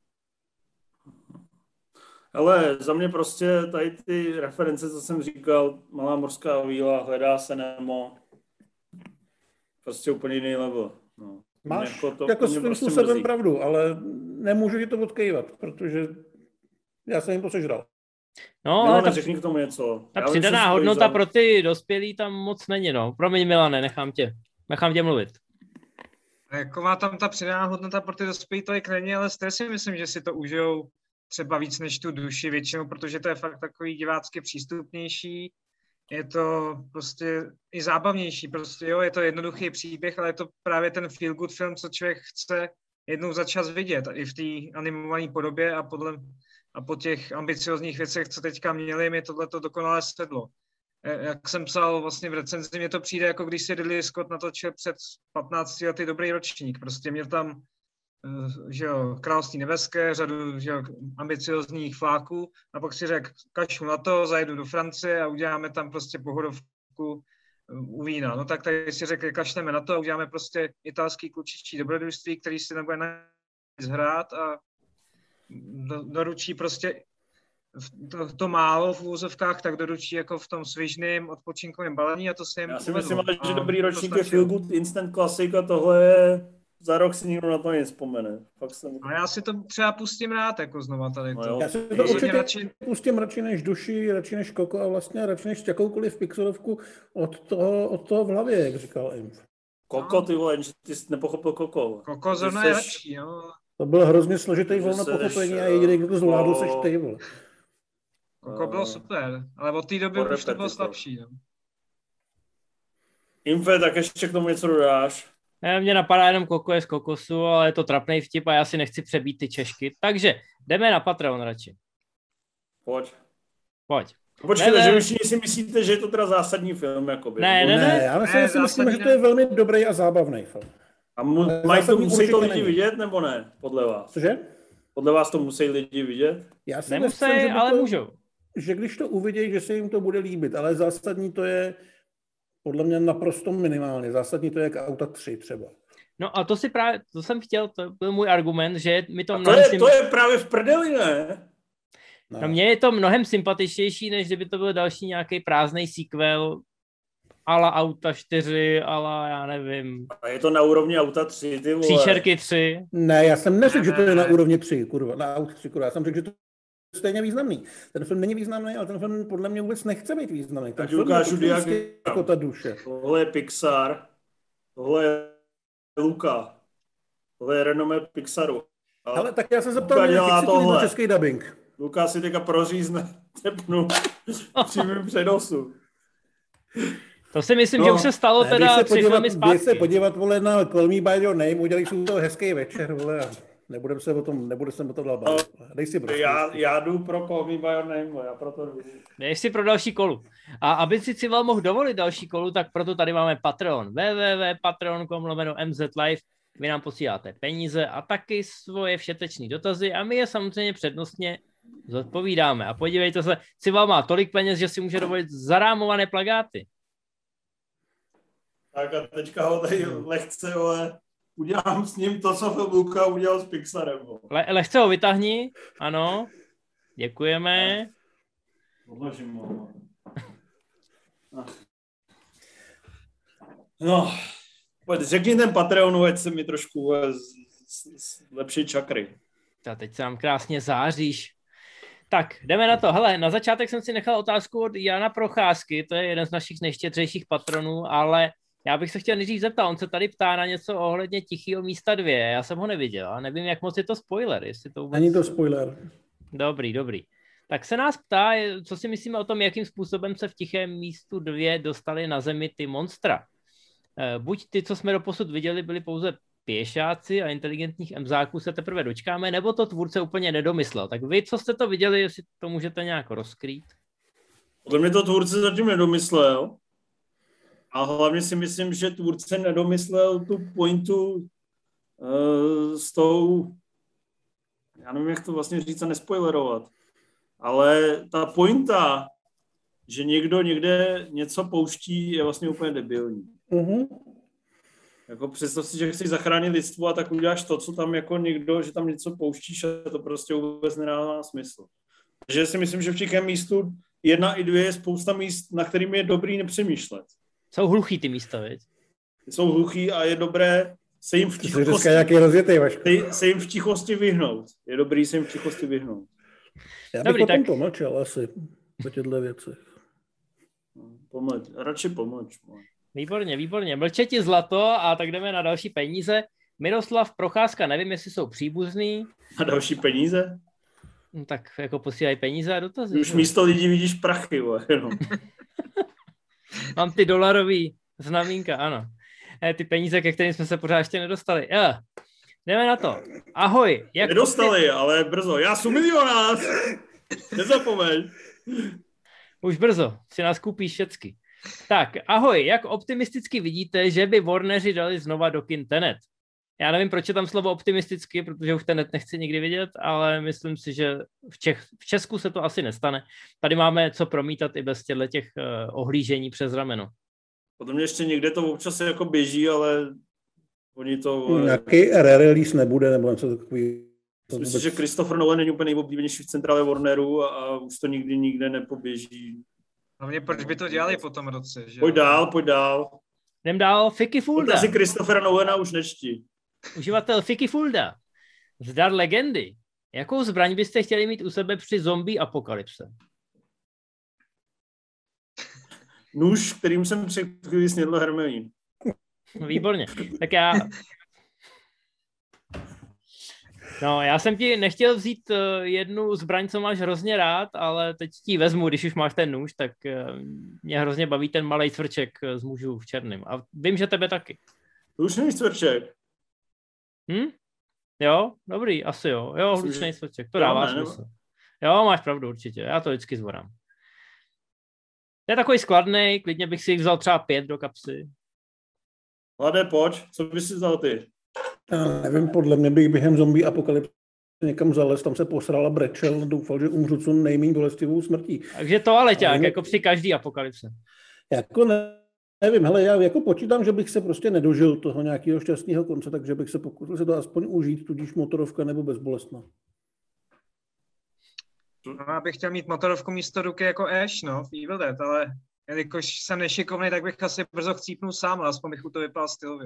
Ale za mě prostě tady ty reference, co jsem říkal, Malá mořská víla, Hledá se Nemo, prostě úplně jiný level. No. Máš jako svým prostě způsobem pravdu, ale nemůžu ti to odkejvat, protože já jsem jim to sežral. No, Milane, ale řekni k tomu něco. Ta přidaná hodnota pro ty dospělí tam moc není, no. Promiň, Milane, nechám tě mluvit. Jako má tam ta přidaná hodnota pro ty dospělí tolik není, ale stejně si myslím, že si to užijou třeba víc než tu Duši většinou, protože to je fakt takový divácky přístupnější. Je to prostě i zábavnější, prostě jo, je to jednoduchý příběh, ale je to právě ten feel good film, co člověk chce jednou za čas vidět, i v té animované podobě a podle a po těch ambiciozních věcech, co teďka měli, mi tohleto dokonale sedlo. Jak jsem psal vlastně v recenzi, mně to přijde, jako když si Ridley Scott natočil před 15 lety dobrý ročník. Prostě měl tam že jo, Království nebeské, řadu že jo, ambiciozních fláků a pak si řekl, kašlu na to, zajedu do Francie a uděláme tam prostě pohodovku u vína. No tak tady si řekli, kašleme na to a uděláme prostě italský klučičí dobrodružství, který si nebude nic hrát a doručí prostě to málo v úvozovkách, tak doručí jako v tom svižným odpočinkovém balení a to se jim Já si uvedlo. myslím, že dobrý ročník je Feel Good Instant Classic a tohle je za rok si nikdo na to nevzpomene. A já si to třeba pustím rád, jako znova tady. No já si to určitě pustím radši než Duši, radši než Koko a vlastně radši než jakoukoliv pixelovku od toho v hlavě, jak říkal Inf. Koko, ty vole, že ty jsi nepochopil Koko. Koko zrovna je lepší, jo. To byl hrozně složitý vol na pochopení a jediný, kdo to zvládl, seš ty, vole. Koko bylo super, ale od té doby už to bylo slabší, no. Infe, tak ještě k tomu něco dodáš? Mně napadá jenom Koko je z kokosu, ale je to trapnej vtip a já si nechci přebít ty Češky. Takže jdeme na Patreon radši. Pojď. Počkejte, že všichni si myslíte, že je to teda zásadní film, jakoby. Ne, já si myslím, že to je velmi dobrý a zábavný film. A musí to lidi vidět, nebo ne, podle vás? Cože? Podle vás to musí lidi vidět? Já si nemusí, myslím, ale můžou. Že když to uvidějí, že se jim to bude líbit, ale zásadní to je podle mě naprosto minimálně. Zásadní to je jak Auta 3 třeba. No a to jsem chtěl, to byl můj argument, že mi to to je právě v prdeli, ne? No mně je to mnohem sympatičtější, než kdyby to byl další nějaký prázdnej sequel ala Auta 4, ala já nevím. A je to na úrovni Auta 3, ty vole. Příšerky 3. Ne, já jsem neřekl, že to je na úrovni 3, kurva, na Auta 3, kurva. Já jsem řekl, že to je stejně významný. Ten film není významný, ale ten film podle mě vůbec nechce být významný. Ten film je jako ta duše. Tohle je Pixar, tohle je Luka, tohle je renomé Pixaru. Ale tak já se zeptal, jak na český dubbing. Luka si teďka prořízne, tepnu při mým přenosu. To si myslím, že už se stalo teda 3 filmy zpátky. Když se podívat, vole, na Call Me By Your Name, udělali jsou to hezký večer, vole, nebudu se o tom bavit. Dej si prostě. Já jdu pro Call Me By Your Name, já proto jdu. Dej si pro další kolu. A aby si Cival mohl dovolit další kolu, tak proto tady máme Patreon. www.patreon.com/mzlive. Vy nám posíláte peníze a taky svoje všetečné dotazy a my je samozřejmě přednostně zodpovídáme. A podívejte se, Cival má tolik peněz, že si může dovolit zarámované plakáty. Tak a teďka ho tady lehce, ale udělám s ním to, co Luka udělal s Pixarem. Lehce ho vytáhni, ano, děkujeme. Odložím ho. No, pojď, řekni ten Patreonu, ať se mi trošku lepší čakry. A teď se nám krásně záříš. Tak, jdeme na to. Hele, na začátek jsem si nechal otázku od Jana Procházky, to je jeden z našich nejštědřejších patronů, ale já bych se chtěl nejdřív zeptat, on se tady ptá na něco ohledně Tichýho místa 2, já jsem ho neviděl a nevím, jak moc je to spoiler. Jestli to vůbec... Není to spoiler. Dobrý. Tak se nás ptá, co si myslíme o tom, jakým způsobem se v Tichém místu 2 dostali na zemi ty monstra. Buď ty, co jsme doposud viděli, byli pouze pěšáci a inteligentních emzáků se teprve dočkáme, nebo to tvůrce úplně nedomyslel. Tak vy, co jste to viděli, jestli to můžete nějak rozkrýt? Podle mě to tvůrce zatím nedomyslel. A hlavně si myslím, že tvůrce nedomyslel tu pointu s tou, já nevím, jak to vlastně říct a nespoilerovat, ale ta pointa, že někdo někde něco pouští, je vlastně úplně debilní. Mm-hmm. Jako představ si, že chceš zachránit lidstvo a tak uděláš to, co tam jako někdo, že tam něco pouštíš a to prostě vůbec nedává smysl. Takže si myslím, že v Tichém místu 1 i 2 je spousta míst, na kterým je dobrý nepřemýšlet. Jsou hluchý ty místa, viď? Jsou hluchý a je dobré se jim v tichosti vyhnout. Je dobrý se jim v tichosti vyhnout. Já bych potom pomlčel asi po těchto věcech. Radši pomlč. Výborně. Mlče ti zlato a tak jdeme na další peníze. Miroslav Procházka, nevím, jestli jsou příbuzný. A další peníze? No, tak jako posílají peníze a dotazy. Už místo lidí vidíš prachy, no. Mám ty dolarový znamínka, ano. Ty peníze, ke kterým jsme se pořád ještě nedostali. Jdeme na to. Ahoj. Nedostali, ale brzo. Já jsem milionář. Nezapomeň. Už brzo. Si nás koupíš všecky. Tak, ahoj. Jak optimisticky vidíte, že by Warneri dali znova do kin Tenet? Já nevím, proč je tam slovo optimisticky, protože už Tenet nechci nikdy vidět, ale myslím si, že v Česku se to asi nestane. Tady máme co promítat i bez těch ohlížení přes rameno. Potom ještě někde to občas jako běží, ale oni to... Nějaký re-release nebude, nebo něco takový. Myslím, že Christopher Nolan není úplně nejoblíbenější v centrále Warneru a už to nikde nepoběží. Hlavně proč by to dělali po tom roce, že? Pojď dál. Jdem dál, Fiky Fulda. Asi Christophera Nolana už nečtí. Uživatel Fiky Fulda. Zdar legendy. Jakou zbraň byste chtěli mít u sebe při zombie apokalypse? Nůž, kterým jsem před chvíli snědl Hermelín. Výborně. Tak já jsem ti nechtěl vzít jednu zbraň, co máš hrozně rád, ale teď ti vezmu, když už máš ten nůž, tak mě hrozně baví ten malej cvrček z mužů v černém. A vím, že tebe taky. To už není cvrček. Jo, dobrý, asi jo. Jo, hlučnej cvrček, to dává smysl. Jo, máš pravdu určitě, já to vždycky zvorám. To je takový skladnej, klidně bych si jich vzal třeba 5 do kapsy. Mladé, pojď, co bys si vzal ty? Já nevím, podle mě bych během zombie apokalypse někam zalez, tam se posral a brečel, doufal, že umřu co nejméně bolestivou smrtí. Takže toaleťák, jako při každý apokalypse. Jako nevím, hele, já jako počítám, že bych se prostě nedožil toho nějakého šťastného konce, takže bych se pokusil se to aspoň užít, tudíž motorovka nebo bezbolestná. No, já bych chtěl mít motorovku místo ruky jako Ash, no, v Evil Dead, ale jelikož jsem nešikovný, tak bych asi brzo chcípnul sám, ale aspoň bych u toho vypadal stylově.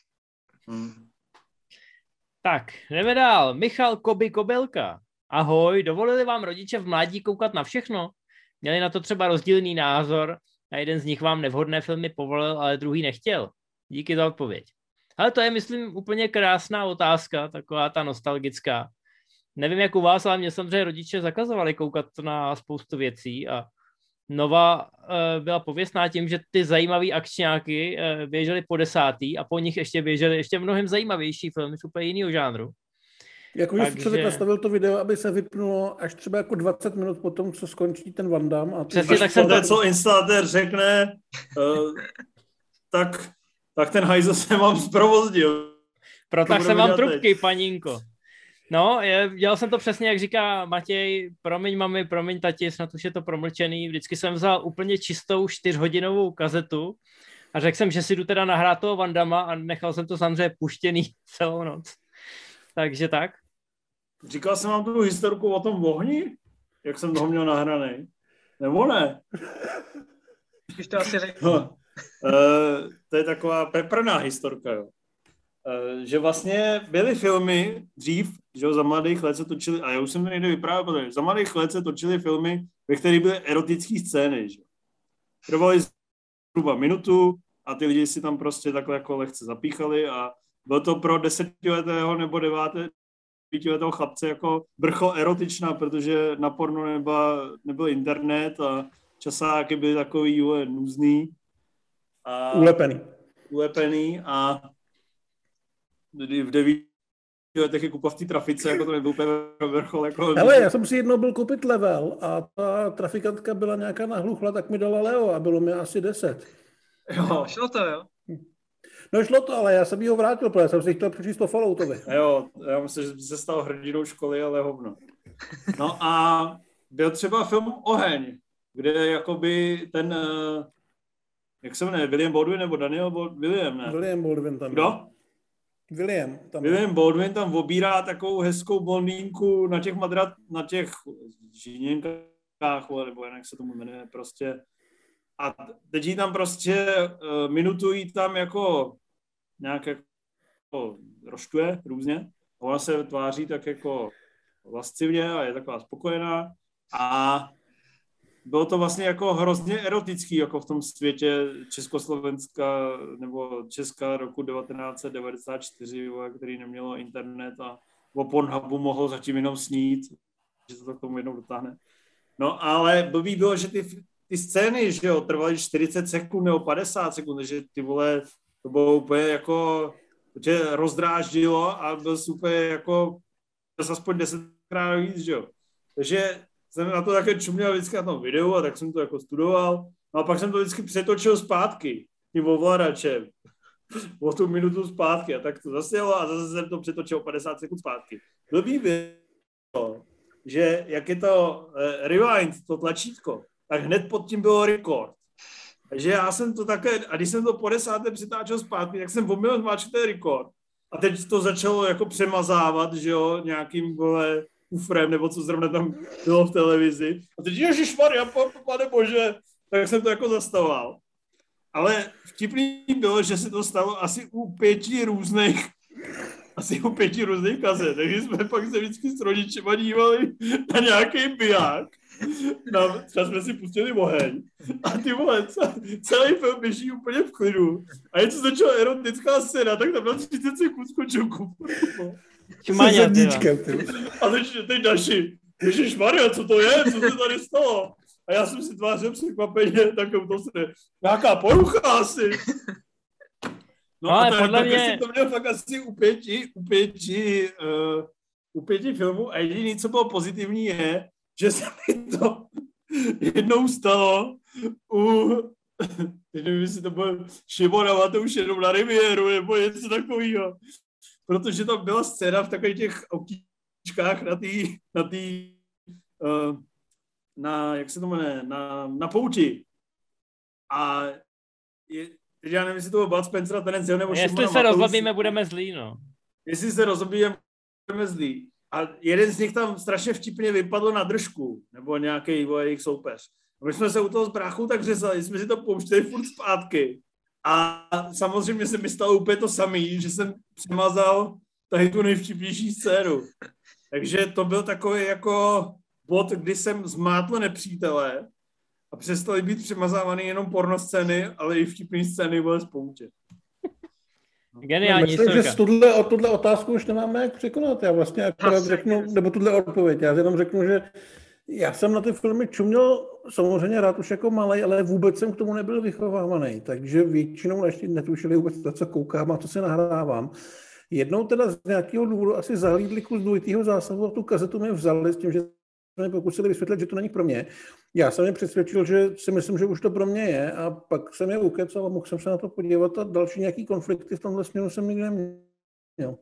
Tak, jdeme dál. Michal Kobelka. Ahoj, dovolili vám rodiče v mládí koukat na všechno? Měli na to třeba rozdílný názor a jeden z nich vám nevhodné filmy povolil, ale druhý nechtěl? Díky za odpověď. Ale to je, myslím, úplně krásná otázka, taková ta nostalgická. Nevím, jak u vás, ale mě samozřejmě rodiče zakazovali koukat na spoustu věcí a Nova byla pověstná tím, že ty zajímavý akčňáky běžely po 10. a po nich ještě běžely ještě mnohem zajímavější filmy z úplně jiného žánru. Jakože si člověk nastavil to video, aby se vypnulo až třeba jako 20 minut po tom, co skončí ten Van Damme. A přesně tak jsem to... co instalatér řekne, tak ten hajzo se vám zprovozdil. Proto jsem vám trubky, paninko. No, dělal jsem to přesně, jak říká Matěj, promiň mami, promiň tati, snad už je to promlčený. Vždycky jsem vzal úplně čistou 4hodinovou kazetu a řekl jsem, že si jdu teda nahrát toho Van Damme a nechal jsem to samozřejmě puštěný celou noc. Takže tak. Říkal jsem vám tu historku o tom ohni? Jak jsem toho měl nahraný? Nebo ne? Když to asi řekl. To je taková peprná historka, jo. Že vlastně byly filmy dřív, že za mladých let se točily, a já už jsem to někde vyprávěl, protože za mladých let se točily filmy, ve kterých byly erotické scény, že? Trvaly zhruba minutu a ty lidi si tam prostě takhle jako lehce zapíchali a bylo to pro 10letého nebo 9letého chlapce jako vrchol erotičná, protože na porno nebyl internet a časáky byly takový nůzný. A ulepený a v 9 letech je kupa v té trafice, jako to nebyl úplně vrchol. Jako... Hele, já jsem si jednou byl koupit level a ta trafikantka byla nějaká nahluchla, tak mi dala Leo a bylo mi asi 10. Jo. Šlo to, jo? No šlo to, ale já jsem jí ho vrátil, protože jsem si chtěl přečíst po Falloutovi. Jo, já myslím, že se stal hrdinou školy, ale hovno. No a byl třeba film Oheň, kde jakoby ten, jak se jmenuje, William Baldwin nebo Daniel William, ne? William Baldwin tam. Kdo? William Baldwin tam obírá takovou hezkou blondýnku na těch žiněnkách, nebo jak se tomu jmenuje, prostě. A teď jí tam prostě minutu jí tam jako nějak jako roštuje různě. Ona se tváří tak jako lascivně a je taková spokojená. A bylo to vlastně jako hrozně erotický, jako v tom světě Československa nebo Česka roku 1994, který nemělo internet a o Pornhubu mohl zatím jenom snít, že se to k tomu jednou dotáhne. No ale blbý bylo, že ty scény, že jo, trvaly 40 sekund nebo 50 sekund, takže ty vole, to bylo úplně jako protože rozdráždilo a byl super jako aspoň 10krát víc, že jo. Takže jsem na to také čuměl vždycky na tom videu a tak jsem to jako studoval. No a pak jsem to vždycky přetočil zpátky tím ovladačem. O tu minutu zpátky a tak to zasjelo a zase jsem to přetočil 50 sekund zpátky. Blbý bylo, že jak je to rewind, to tlačítko, tak hned pod tím bylo record. Takže já jsem to také, a když jsem to po 10. přetáčel zpátky, tak jsem omylem zmáčkl ten record. A teď to začalo jako přemazávat, že jo, nějakým, vole, kufrem, nebo co zrovna tam bylo v televizi. A teď, ježišmarja, pane bože, tak jsem to jako zastavoval. Ale vtipný bylo, že se to stalo asi u 5 různých kazet. Takže jsme pak se vždycky s rodičema dívali na nějaký biják. Třeba jsme si pustili oheň. A ty vole, celý film běží úplně v klidu. A je to začala erotická scéna, tak tam na 30 sekund skočil kufr. Čumáňa, a teď naši, ježišmarja, co to je? Co se tady stalo? A já jsem si tvářil překvapeně, tak to se nějaká porucha asi. No ale tak, podle mě... jsem to měl fakt asi u pěti filmů a jediný, co bylo pozitivní je, že se mi to jednou stalo nevím, jestli to bylo Šimona Matouš jenom na Rivieru nebo něco takového. Protože tam byla scéna v takových těch autíčkách jak se to jmenuje, na pouti. A já nevím, jestli to byl Bud Spencer a Terence Hill nebo Šimona Matouš. Jestli se rozhodneme, budeme zlí, no. Jestli se rozhodíme, budeme zlí. A jeden z nich tam strašně vtipně vypadl na držku, nebo nějaký jejich soupeř. A my jsme se u toho s bráchou tak řezali, jsme si to pouštěli furt zpátky. A samozřejmě se mi stalo úplně to samý, že jsem přemazal tady tu nejvtipnější scénu. Takže to byl takový jako bod, kdy jsem zmátl nepřítele a přestali být přemazávaný jenom pornoscény, ale i vtipný scény byly spoutě. Geniální myslím, že tuhle otázku už nemáme jak překonat. Já vlastně akorát řeknu, nebo tuhle odpověď. Já jenom řeknu, že já jsem na ty filmy čuměl samozřejmě rád už jako malej, ale vůbec jsem k tomu nebyl vychovávaný. Takže většinou naši netušili vůbec to, co koukám a co se nahrávám. Jednou teda z nějakého důvodu asi zahlídli kus dvojitýho zásahu a tu kazetu mi vzali s tím, že mě pokusili vysvětlit, že to není pro mě. Já jsem je přesvědčil, že si myslím, že už to pro mě je a pak jsem je ukecal a mohl jsem se na to podívat a další nějaký konflikty v tomhle směru jsem nikdy neměl.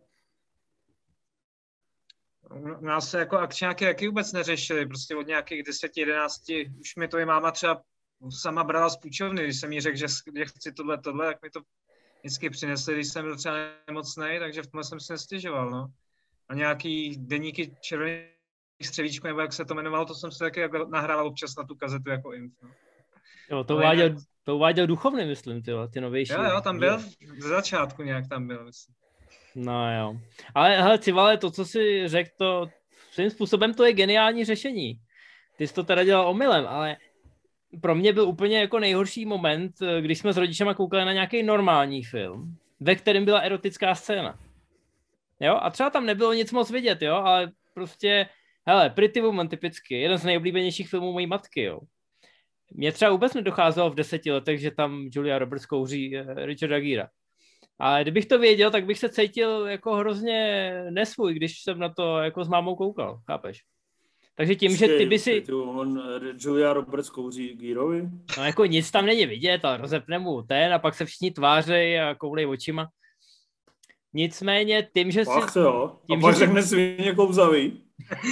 U nás se jako akčňáky taky vůbec neřešili, prostě od nějakých 10-11, už mi to i máma třeba sama brala z půjčovny, když jsem jí řekl, že chci tohle, tak mi to vždycky přinesli, když jsem byl třeba nemocnej, takže v tomhle jsem si nestěžoval, no. A nějaký deníky červených střevíčků, nebo jak se to jmenovalo, to jsem se taky nahrával občas na tu kazetu jako inf, no. Jo, to uváděl Duchovny, myslím, ty novější. Jo, tam byl, ze začátku nějak tam byl, myslím. No jo. Ale hele, Civale, to, co jsi řekl, to svým způsobem to je geniální řešení. Ty jsi to teda dělal omylem, ale pro mě byl úplně jako nejhorší moment, když jsme s rodičema koukali na nějaký normální film, ve kterém byla erotická scéna. Jo? A třeba tam nebylo nic moc vidět, jo, ale prostě, hele, Pretty Woman typicky, jeden z nejoblíbenějších filmů mojí matky, jo. Mně třeba vůbec nedocházelo v 10 letech, že tam Julia Roberts kouří Richarda Gera. Ale kdybych to věděl, tak bych se cítil jako hrozně nesvůj, když jsem na to jako s mámou koukal, chápeš? Takže tím, že ty by si... Julia Roberts kouří Gerovi? No jako nic tam není vidět, ale rozepne mu ten a pak se všichni tvářejí a koulej očima. Nicméně tím, že Fakt, si... Jo. A pak řekne svině klouzavý.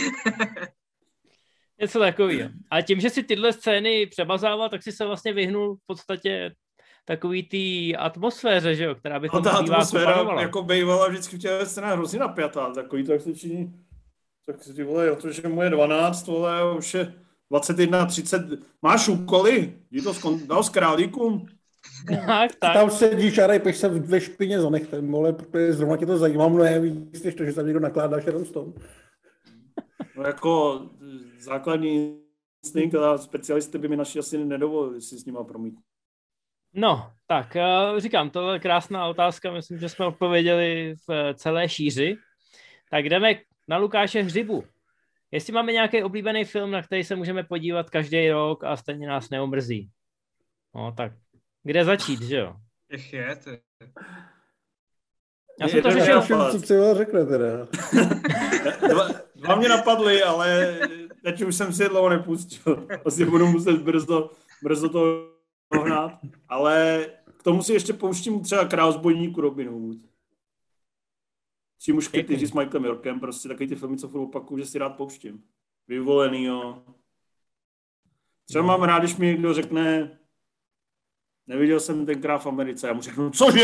Něco takového. A tím, že si tyhle scény přebazával, tak si se vlastně vyhnul v podstatě takový té atmosféře, že jo, která by tam ta atmosféra jako bývala vždycky v těch scénách hrozně napjatá, takový tak se činí. Tak si ty vole, protože mu je 12, vole, už je 21, 30, máš úkoly? Jdi to dal s králíkům. Tak. Tam sedíš a rejpeš se ve špině za nechtem, vole, protože zrovna tě to zajímá mnohem víc, než to, že tam někdo nakládá Sharon Stone. No jako základní instinkt a specialisty by mi naši asi nedovolili si s nima promít. No, tak říkám, tohle je krásná otázka, myslím, že jsme odpověděli v celé šíři. Tak jdeme na Lukáše Hřibu. Jestli máme nějaký oblíbený film, na který se můžeme podívat každý rok a stejně nás neomrzí. No tak, kde začít, že jo? Já jsem to řešil. Co třeba řekne teda. Dva mě napadly, ale teď už jsem si je dlouho nepustil. Asi budu muset brzo to dohnat. Ale k tomu si ještě pouštím třeba Král zbojníku Robin Hood. Tři mušketýři s Michaelem Yorkem, prostě takový ty filmy, co furt opakuju, že si rád pouštím. Vyvolený, jo. Třeba mám rád, když mi někdo řekne, neviděl jsem tenkrát v Americe, já mu řeknu, cože?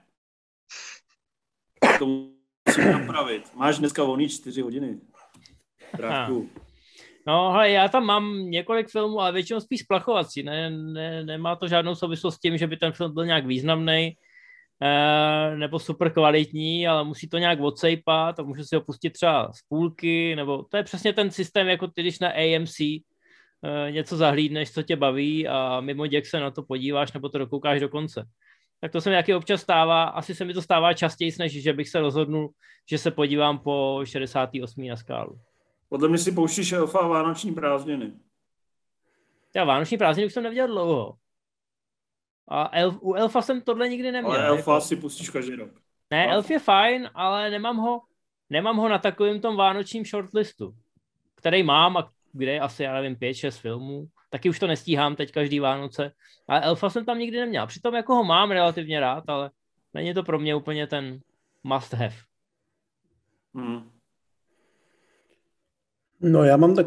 To musím napravit. Máš dneska volný 4 hodiny. Trávku. No, hele, já tam mám několik filmů, ale většinou spíš splachovací. Nemá to žádnou souvislost s tím, že by ten film byl nějak významný nebo super kvalitní, ale musí to nějak odsejpat a můžu si ho pustit třeba z půlky, nebo to je přesně ten systém, jako ty, když na AMC něco zahlídneš, co tě baví a mimo děk se na to podíváš nebo to dokoukáš do konce. Tak to se mi taky občas stává, asi se mi to stává častěji, než že bych se rozhodnul, že se podívám po 68. na Skálu. Podle mě si pouštíš Elfa a Vánoční prázdniny. Já Vánoční prázdniny už jsem neviděl dlouho. A u Elfa jsem tohle nikdy neměl. Ale Elfa si pustíš každý rok. Ne, Elf je fajn, ale nemám ho na takovém tom vánočním shortlistu, který mám a kde je asi, já nevím, 5-6 filmů. Taky už to nestíhám teď každý Vánoce. Ale Elfa jsem tam nikdy neměl. Přitom jako ho mám relativně rád, ale není to pro mě úplně ten must have. No já mám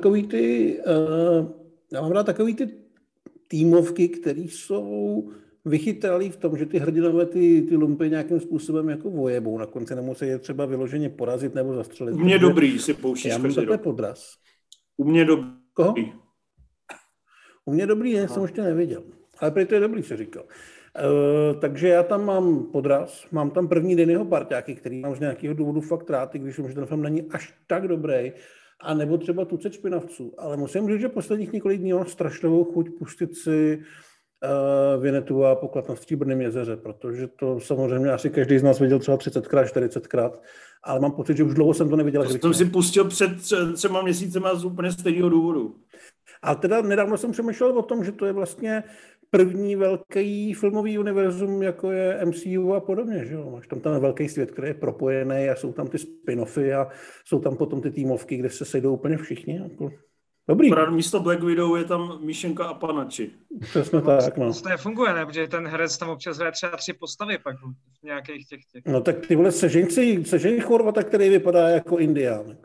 rád takový ty týmovky, které jsou vychytralý v tom, že ty hrdinové ty lumpy nějakým způsobem jako vojebou. Na konci nemusí je třeba vyloženě porazit nebo zastřelit. U mě dobrý si pouštíš. Já mám takhle podraz. U mě dobrý. Koho? U mě dobrý, jsem ještě neviděl. Ale prý to je dobrý, se říkal. Takže já tam mám podraz, mám tam první den jeho parťáky, který mám z nějakého důvodu fakt rád, i když už ten film není až tak dobrý, a nebo třeba Tucet špinavců. Ale musím říct, že posledních několik dní mám strašnou chuť pustit si Vinetu a Poklad na Stříbrném jezeře, protože to samozřejmě asi každý z nás viděl třeba 30krát, 40krát, ale mám pocit, že už dlouho jsem to neviděl. To jsem si pustil před 3 měsícema z úplně stejného důvodu. A teda nedávno jsem přemýšlel o tom, že to je vlastně první velký filmový univerzum, jako je MCU a podobně, že jo. Máš tam ten velký svět, který je propojený a jsou tam ty spin-offy a jsou tam potom ty týmovky, kde se sejdou úplně všichni. Jako. Dobrý. Místo Black Widow je tam Míšenka a Panači. Přesně tak, no. To nefunguje, ne? Protože ten herec tam občas hraje třeba 3 postavy pak v nějakých těch. No tak ty vole, sežeň Chorvata, který vypadá jako Indián.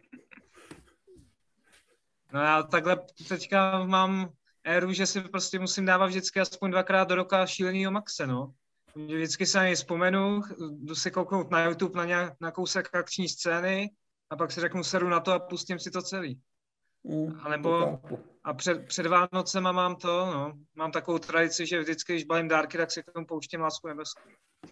No já takhle teďka mám éru, že si prostě musím dávat vždycky aspoň 2krát do roka šílenýho Maxe, no. Vždycky se na něj vzpomenu, jdu si kouknout na YouTube na kousek akční scény a pak si řeknu, seru na to a pustím si to celý. A před Vánocema mám takovou tradici, že vždycky, když balím dárky, tak si k tomu pouštím Lásku nebeskou.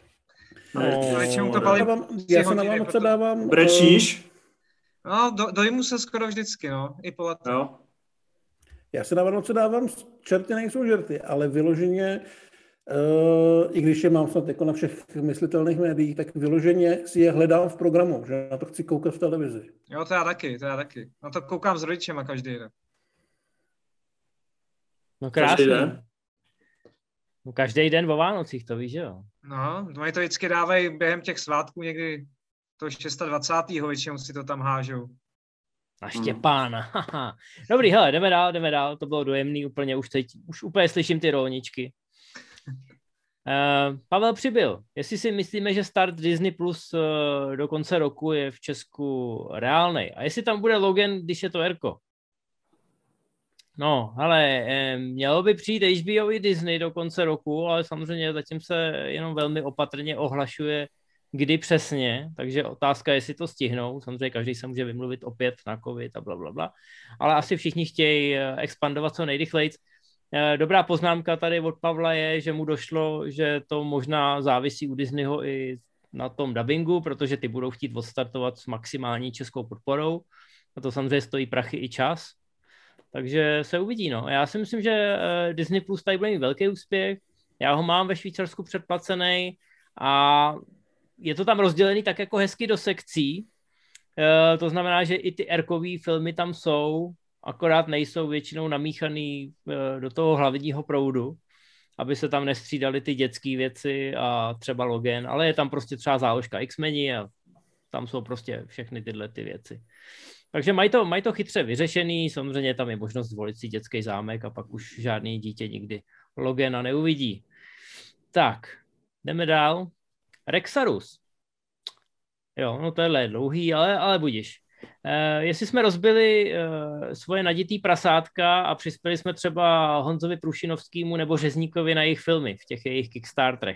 Já se na Vánoce dávám... Brečíš? No, dojmu se skoro vždycky, no, i po letě. Jo. Já se na Vánoce dávám, čerty nejsou žerty, ale vyloženě, i když je mám snad jako na všech myslitelných médiích, tak vyloženě si je hledám v programu, že na to chci koukat v televizi. Jo, to já taky. Na to koukám s rodičema každý den. No krásný. No, každý den o Vánocích, to víš, že jo? No, oni to vždycky dávají během těch svátků někdy to 26. většinou si to tam hážou. Na Štěpána. Dobrý, hele, jdeme dál. To bylo dojemný úplně, už úplně slyším ty rolničky. Pavel Přibyl, jestli si myslíme, že start Disney Plus do konce roku je v Česku reálnej. A jestli tam bude Logan, když je to Erko? No, hele, mělo by přijít HBO i Disney do konce roku, ale samozřejmě zatím se jenom velmi opatrně ohlašuje, kdy přesně, takže otázka je, jestli to stihnou. Samozřejmě každý se může vymluvit opět na covid a blablabla, ale asi všichni chtějí expandovat co nejrychleji. Dobrá poznámka tady od Pavla je, že mu došlo, že to možná závisí u Disneyho i na tom dabingu, protože ty budou chtít odstartovat s maximální českou podporou a to samozřejmě stojí prachy i čas. Takže se uvidí, no. Já si myslím, že Disney Plus tady bude mít velký úspěch. Já ho mám ve Švýcarsku předplacený a je to tam rozdělený tak jako hezky do sekcí. To znamená, že i ty erkový filmy tam jsou, akorát nejsou většinou namíchaný do toho hlavního proudu. aby se tam nestřídaly ty dětské věci a třeba Logan, ale je tam prostě třeba záložka X-meni a tam jsou prostě všechny tyhle ty věci. Takže mají to chytře vyřešený, samozřejmě tam je možnost zvolit si dětský zámek a pak už žádný dítě nikdy Logana neuvidí. Tak, jdeme dál. Rexarus. Jo, no tohle je dlouhý, ale budiš. Jestli jsme rozbili svoje naditý prasátka a přispěli jsme třeba Honzovi Prušinovskému nebo Řezníkovi na jejich filmy v těch jejich Kickstarterech.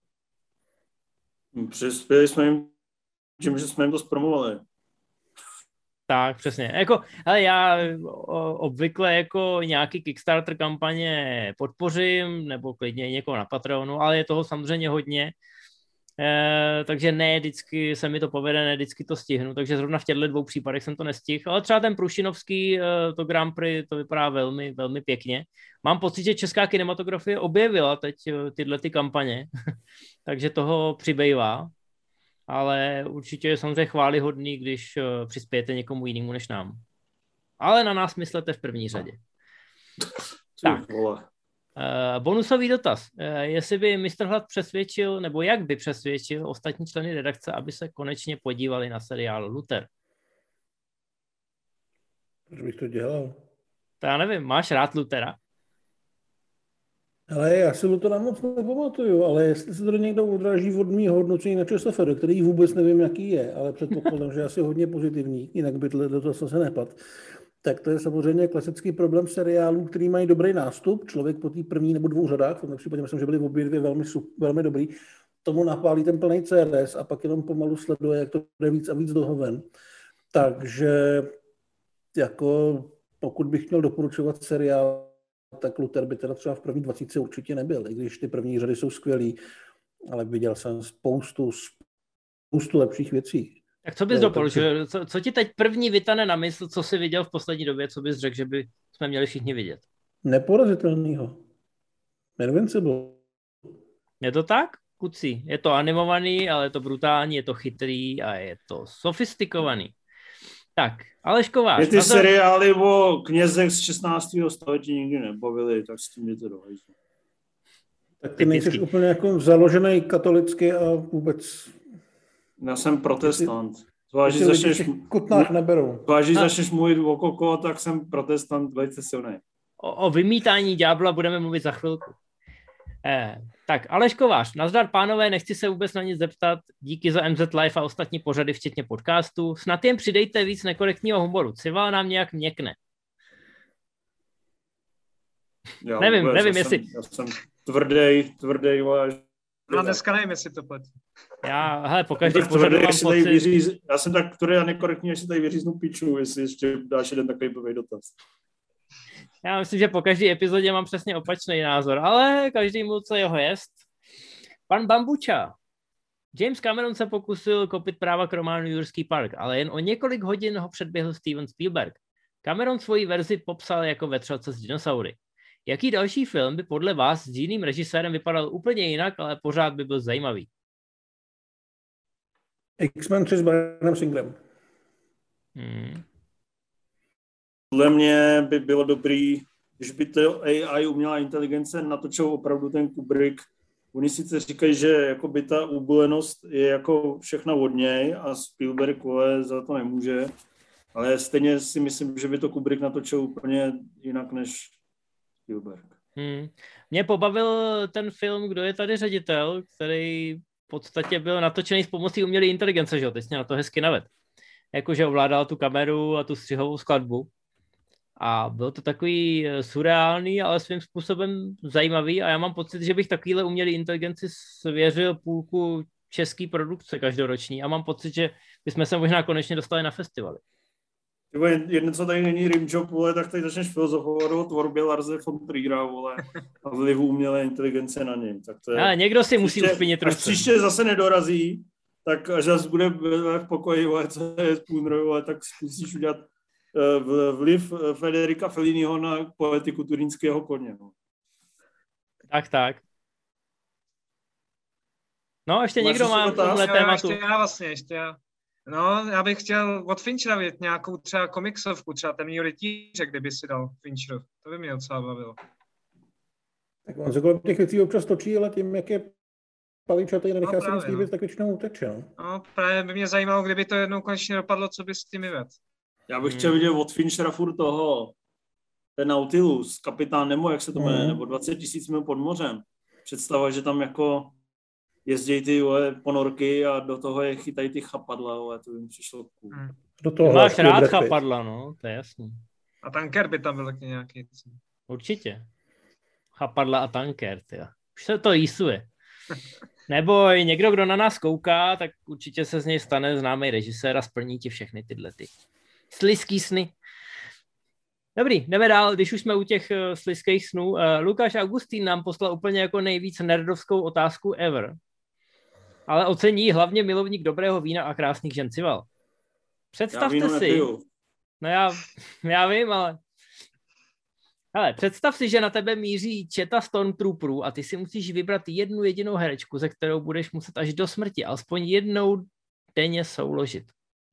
Přispěli jsme jim tím, že jsme jim to zpromovali. Tak, přesně. Jako, hele, já obvykle jako nějaký Kickstarter kampaně podpořím, nebo klidně někoho na Patreonu, ale je toho samozřejmě hodně. Takže ne vždycky se mi to povede, ne vždycky to stihnu, takže zrovna v těchto 2 případech jsem to nestihl, ale třeba ten Prušinovský, to Grand Prix, to vypadá velmi, velmi pěkně. Mám pocit, že česká kinematografie objevila teď tyhle ty kampaně, takže toho přibývá, ale určitě je samozřejmě chvályhodný, když přispějete někomu jinému než nám. Ale na nás myslete v první řadě. Tak. Bonusový dotaz. Jestli by Mr. Hlad přesvědčil, nebo jak by přesvědčil ostatní členy redakce, aby se konečně podívali na seriál Luther? Proč bych to dělal? To já nevím, máš rád Luthera? Ale já si Luthera moc nepamatuju, ale jestli se to někdo odráží od mýho hodnocení na ČSFD, který vůbec nevím, jaký je, ale předpokládám, že je asi hodně pozitivní, jinak by do toho se nepad. Tak to je samozřejmě klasický problém seriálů, který mají dobrý nástup. Člověk po té první nebo 2 řadách, v tomto případě myslím, že byly obě 2 velmi dobrý, tomu napálí ten plný CRS a pak jenom pomalu sleduje, jak to jde víc a víc do hoven. Takže jako pokud bych měl doporučovat seriál, tak Luther by teda třeba v první 20 určitě nebyl, i když ty první řady jsou skvělý, ale viděl jsem spoustu lepších věcí. Tak co bys doporučil? Co ti teď první vytane na mysl, co jsi viděl v poslední době, co bys řekl, že by jsme měli všichni vidět? Neporazitelnýho. Invincible. Je to tak? Kuci. Je to animovaný, ale je to brutální, je to chytrý a je to sofistikovaný. Tak, Aleš Kovář. Mě ty seriály o knězech z 16. století nikdy nebavily, tak s tím je to dohajzlo. Tak ty nejsi úplně jako založený katolicky a vůbec... Já jsem protestant. Zvlášť začneš mluvit o Koko, tak jsem protestant velice silný. O vymítání ďábla budeme mluvit za chvilku. Tak, Aleš Kovář, nazdar pánové, nechci se vůbec na nic zeptat, díky za MZ Live a ostatní pořady, včetně podcastu. Snad jen přidejte víc nekorektního humoru, Cival nám nějak měkne. Nevím, jestli... Já jsem tvrdý, váš. No dneska nevím, jestli to plet. Já po každém pořadu mám pocit... Já jsem tak tvrdý a nekorektní, jestli tady vyříznu piču, jestli ještě dáš jeden takový blbý dotaz. Já myslím, že po každé epizodě mám přesně opačný názor, ale každému, co jeho jest. Pan Bambuča. James Cameron se pokusil kopit práva k románu Jurský park, ale jen o několik hodin ho předběhl Steven Spielberg. Cameron svoji verzi popsal jako Vetřelce s dinosaury. Jaký další film by podle vás s jiným režisérem vypadal úplně jinak, ale pořád by byl zajímavý? X-Men 3 s Brianem Singerem. Podle mě by bylo dobrý, když by to AI umělá inteligence natočil opravdu ten Kubrick. Oni sice říkají, že jakoby ta úbolenost je jako všechna od něj a Spielberg za to nemůže, ale stejně si myslím, že by to Kubrick natočil úplně jinak než Spielberg. Mě pobavil ten film Kdo je tady ředitel, který v podstatě byl natočený s pomocí umělé inteligence, že jo? Teď jsi na to hezky navedl. Jakože ovládal tu kameru a tu střihovou skladbu. A bylo to takový surreálný, ale svým způsobem zajímavý a já mám pocit, že bych takovýhle umělý inteligenci svěřil půlku české produkce každoroční a mám pocit, že bychom se možná konečně dostali na festivaly. Jedno, co tady není rimjob, vole, tak tady začneš filozofovat o tvorbě Larse von Triera, vole, a vlivu umělé inteligence na něj. Tak to je, ale někdo si musí uspěnit ruce. Až příště zase nedorazí, tak až zase bude v pokoji, vole, co je Spooner, tak zkusíš udělat vliv Federica Felliniho na poetiku turínského koně. No. Tak. No, ještě někdo má tohle tématu. Ještě já. No, já bych chtěl od Finchera vidět nějakou třeba komiksovku, třeba Temnýho rytíře, kdyby si dal Fincher. To by mě docela bavilo. On se kolem těch věcí občas točí, ale tím, jak je paličatý a nechá se nic líbit, no. tak většinou uteče. No. No, právě by mě zajímalo, kdyby to jednou konečně dopadlo, co by s tím vyvedl. Já bych chtěl vidět od Finchera furt toho, ten Nautilus, kapitán Nemo, jak se to jmenuje, nebo 20 000 mil pod mořem. Představa, že tam jako jezdí ty ponorky a do toho je chytají ty chapadla, to by mi přišlo cool. Do toho Máš rád chapadla, no, to je jasný. A tanker by tam byl taky nějaký. Určitě. Chapadla a tanker, tyjo. Už se to jísuje. Neboj, někdo, kdo na nás kouká, tak určitě se z něj stane známý režisér a splní ti všechny tyhle ty slizký sny. Dobrý, jdeme dál, když už jsme u těch slizkých snů. Lukáš Augustín nám poslal úplně jako nejvíc nerdovskou otázku ever. Ale ocení hlavně milovník dobrého vína a krásných žen cival. Představte si... No já vím, ale... Hele, představ si, že na tebe míří četa Stormtrooperů a ty si musíš vybrat jednu jedinou herečku, se kterou budeš muset až do smrti alespoň jednou denně souložit.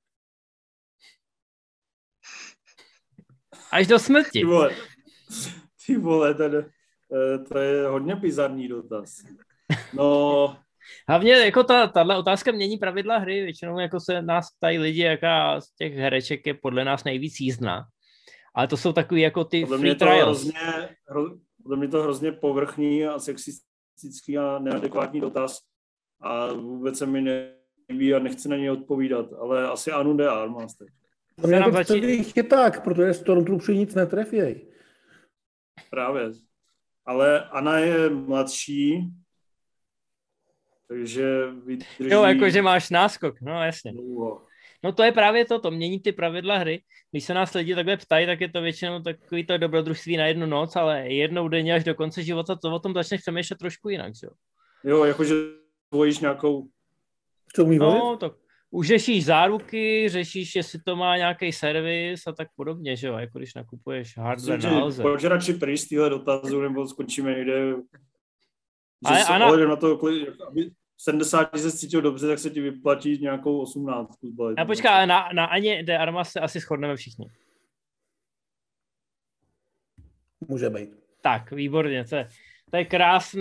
Až do smrti. Ty vole, to je hodně bizarní dotaz. No... Hlavně jako tahle otázka mění pravidla hry. Většinou jako se nás ptají lidi, jaká z těch hereček je podle nás nejvíc jízdná. Ale to jsou takový jako ty free trials. Podle mě to hrozně povrchní a sexistický a neadekvátní dotaz. A vůbec se mi nelíbí a nechci na něj odpovídat. Ale asi Anu de Armas. To je tak, protože Stormtroopři nic netrefějí. Právě. Ale Anna je mladší, takže vydrží... Jo, jakože máš náskok, no jasně. Dlouho. No to je právě to mění ty pravidla hry. Když se nás lidi takhle ptají, tak je to většinou takový to dobrodružství na jednu noc, ale jednou denně až do konce života to o tom začneš přemýšlet trošku jinak, jo? Jo, jakože tvojíš nějakou... No, tak už řešíš záruky, řešíš, jestli to má nějaký servis a tak podobně, že jo, jako když nakupuješ hardware na Alze. Pojď radši pryč z téhle dotazu, nebo skončíme někde, že ale se ohledem na to, aby 70 se cítil dobře, tak se ti vyplatí nějakou 18. A počkej, ale na Aně de Armas se asi shodneme všichni. Může být. Tak, výborně, to je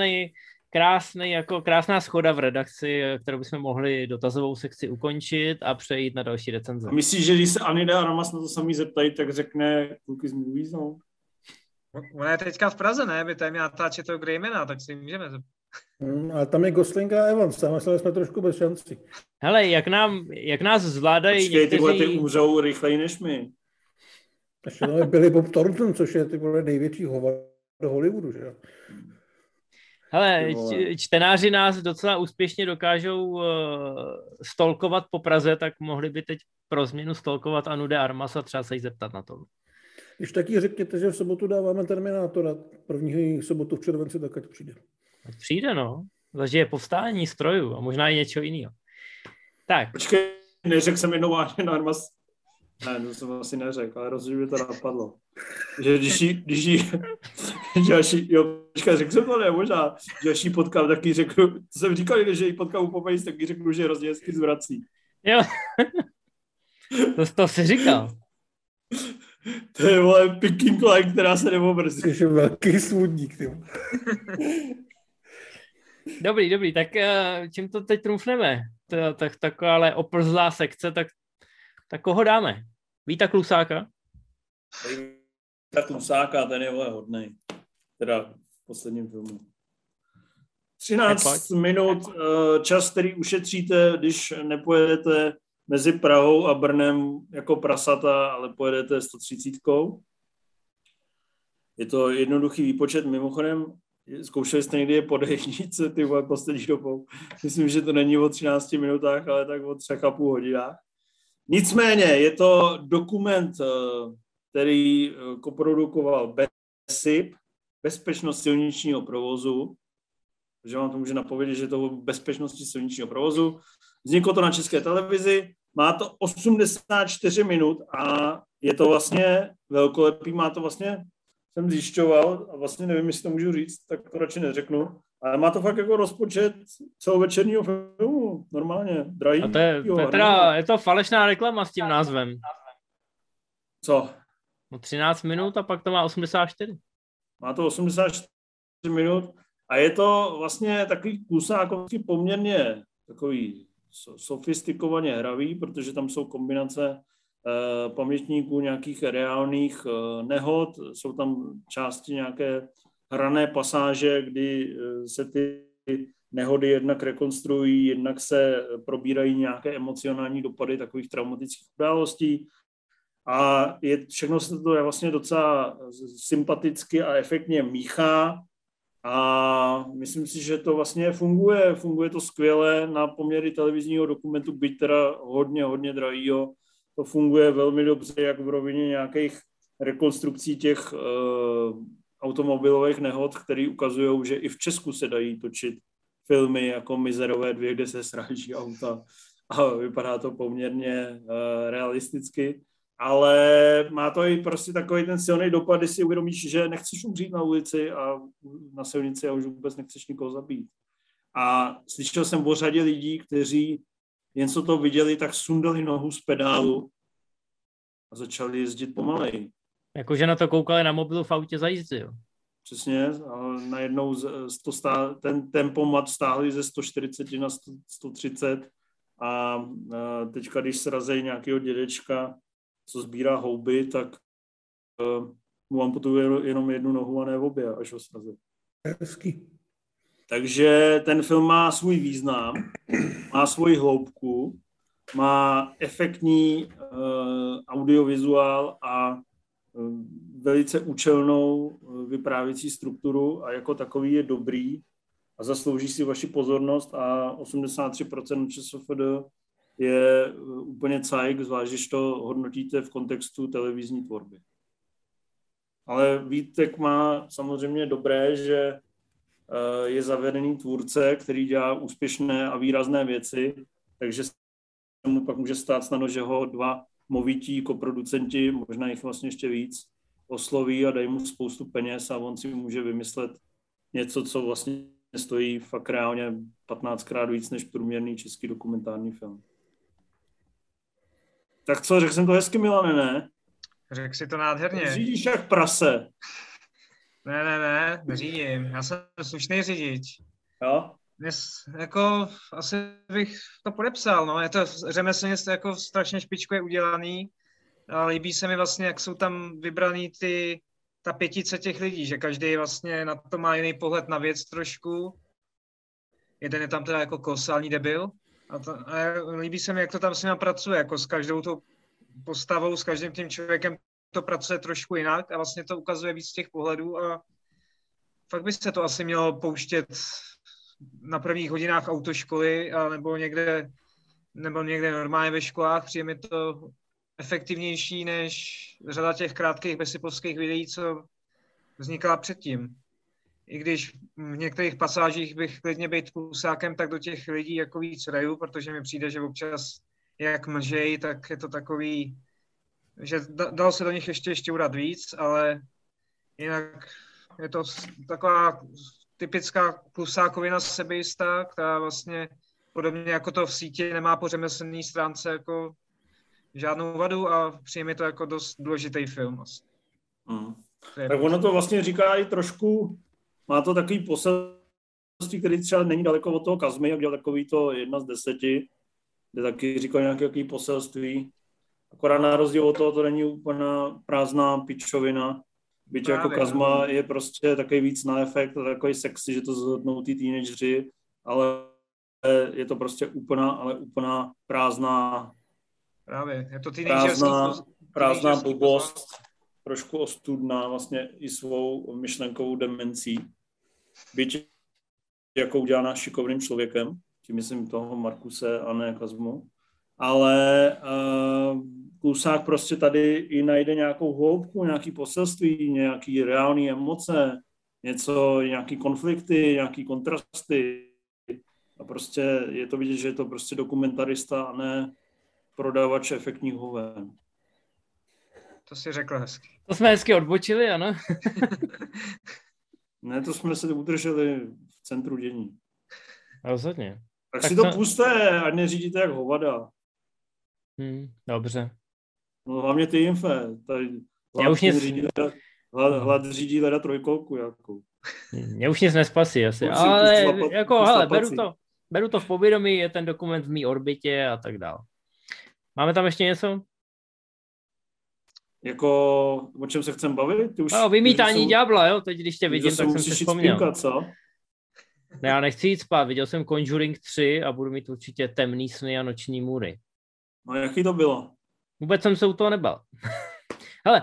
krásná schoda v redakci, kterou bychom mohli dotazovou sekci ukončit a přejít na další recenze. A myslíš, že když se Ani de Armas na to samý zeptají, tak řekne kluky z Movies, no? Ona je teďka v Praze, ne? By tady měla natáčet toho Greymana, tak si můžeme zeptat. Ale tam je Gosling a Evans, tam jsme trošku bez šancí. Hele, jak nás zvládají někteří... Počkej, ty umřou rychleji než my. Ještě tam je Billy Bob Thornton, což je největší hovor do Hollywoodu, že jo? Hele, čtenáři nás docela úspěšně dokážou stalkovat po Praze, tak mohli by teď pro změnu stalkovat Anu de Armas a třeba se jí zeptat na to. Když taky řekněte, že v sobotu dáváme Terminátora, první sobotu v červenci, tak ať přijde. Tak přijde, no. Zažije povstání strojů a možná i něčeho jiného. Tak. Počkej, neřekl jsem jednou Ani de Armas. Ne, to jsem asi neřekl, ale rozhodně by to napadlo. Že když jí řekl jsem to ne, možná, že až jí potkám, tak jí řeknu, to jsem říkal, že jí potkám u Popeyes, tak jí řeknu, že hrozně hezky zvrací. Jo, to jsi říkal. To je, vole, picking line, která se neobrzí. Jsi velký svůdník, ty. Dobrý, tak čím to teď trumfneme? Tak taková oprzlá sekce, tak koho dáme? Víta Klusáka? Víta Klusáka, ten je hodnej. Teda v posledním filmu. 13 minut, čas, který ušetříte, když nepojedete mezi Prahou a Brnem jako prasata, ale pojedete 130. Je to jednoduchý výpočet. Mimochodem, zkoušeli jste někdy je po D1, ty vole, poslední dobou. Myslím, že to není o 13 minutách, ale tak o 3,5 hodinách. Nicméně je to dokument, který koprodukoval BESIP, Bezpečnost silničního provozu, že vám to může napovědět, že je to o bezpečnosti silničního provozu. Vzniklo to na České televizi, má to 84 minut a je to vlastně velkolepý, má to vlastně, jsem zjišťoval a vlastně nevím, jestli to můžu říct, tak to radši neřeknu, ale má to fakt jako rozpočet celovečerního filmu, normálně, drahý. A je to falešná reklama s tím názvem. Co? No 13 minut a pak to má 84. Má to 84 minut a je to vlastně takový klusákovský poměrně takový sofistikovaně hravý, protože tam jsou kombinace pamětníků nějakých reálných nehod, jsou tam části nějaké hrané pasáže, kdy se ty nehody jednak rekonstruují, jednak se probírají nějaké emocionální dopady takových traumatických událostí a všechno se to je vlastně docela sympaticky a efektně míchá a myslím si, že to vlastně funguje to skvěle na poměry televizního dokumentu, byť teda hodně drahýho. To funguje velmi dobře, jak v rovině nějakých rekonstrukcí těch automobilových nehod, které ukazují, že i v Česku se dají točit filmy jako Mizerové 2, kde se sráží auta a vypadá to poměrně realisticky. Ale má to i prostě takový ten silný dopad, když si uvědomíš, že nechceš umřít na ulici a na silnici a už vůbec nechceš nikoho zabít. A slyšel jsem o řadě lidí, kteří jen co to viděli, tak sundali nohu z pedálu a začali jezdit pomaleji. Jakože na to koukali na mobilu v autě za jízdy, jo? Přesně, a najednou ten tempomat stáhli ze 140 na 130 a teďka, když srazejí nějakého dědečka, co sbírá houby, tak mu amputuje jenom jednu nohu a ne obě, až ho srazí. Hezký. Takže ten film má svůj význam, má svoji hloubku, má efektní audiovizuál a velice účelnou vyprávěcí strukturu a jako takový je dobrý a zaslouží si vaši pozornost a 83% ČSFD je úplně cajk, zvlášť, když to hodnotíte v kontextu televizní tvorby. Ale Vítek má samozřejmě dobré, že je zavedený tvůrce, který dělá úspěšné a výrazné věci, takže se mu pak může stát snadno, že ho dva movití koproducenti, možná jich vlastně ještě víc, osloví a dají mu spoustu peněz a on si může vymyslet něco, co vlastně stojí fakt reálně 15krát víc než průměrný český dokumentární film. Tak co, řekl jsem to hezky, Milane, ne? Řekl si to nádherně. Řídíš jak prase. Ne, neřídím. Já jsem slušný řidič. Jo? Jako asi bych to podepsal, no. Je to řemeslně jako strašně špičkově udělaný. A líbí se mi vlastně, jak jsou tam vybraný ta pětice těch lidí, že každý vlastně na to má jiný pohled na věc trošku. Jeden je tam teda jako kolosální debil. A líbí se mi, jak to tam s nima pracuje, jako s každou tou postavou, s každým tím člověkem to pracuje trošku jinak a vlastně to ukazuje víc těch pohledů a fakt by se to asi mělo pouštět na prvních hodinách autoškoly a nebo někde normálně ve školách, přijde mi to efektivnější než řada těch krátkých besipovských videí, co vznikala předtím. I když v některých pasážích bych klidně být plusákem, tak do těch lidí jako víc raju, protože mi přijde, že občas jak mlžej, tak je to takový, že dalo se do nich ještě udat víc, ale jinak je to taková typická plusákovina sebejistá, která vlastně podobně jako to v síti nemá po řemeslné stránce jako žádnou vadu a přijde mi to jako dost důležitý film. Tak ono to vlastně říká i trošku, má to takový poselství, který třeba není daleko od toho Kazmy, jak dělal takový to 1 z 10, kde taky říkal nějaké poselství. Akorát na rozdíl od toho to není úplná prázdná pičovina. Byť jako Kazma je prostě takový víc na efekt a takový sexy, že to zhodnou ty teenageři, ale je to prostě úplná prázdná. Právě, je to prázdná blbost, trošku ostudná vlastně i svou myšlenkovou demencí. Byť jako udělaná šikovným člověkem, tím myslím toho Markuse a ne Kazmu, ale Klusák prostě tady i najde nějakou hloubku, nějaký poselství, nějaký reální emoce, nějaký konflikty, nějaký kontrasty. A prostě je to vidět, že je to prostě dokumentarista a ne prodavač efektních hoven. To si řekl hezky. To jsme hezky odbočili, ano? Ne, to jsme se udrželi v centru dění. Rozhodně. Tak si to puste, ať neřídíte jak hovada. Dobře. No hlavně ty Infe. Já už nic... Hlad řídí leda trojkolku, jako. Mě už nic nespasí asi, Musím ale zapat, jako, hele, beru to v povědomí, je ten dokument v mý orbitě a tak dále. Máme tam ještě něco? Jako, o čem se chcem bavit? Ty už, vymítání ďábla, jo, teď když tě vidím, tak jsem si vzpomněl. Spínkat, co? Ne, já nechci jít spát, viděl jsem Conjuring 3 a budu mít určitě temný sny a noční můry. No jaký to bylo? Vůbec jsem se u toho nebal. Hele,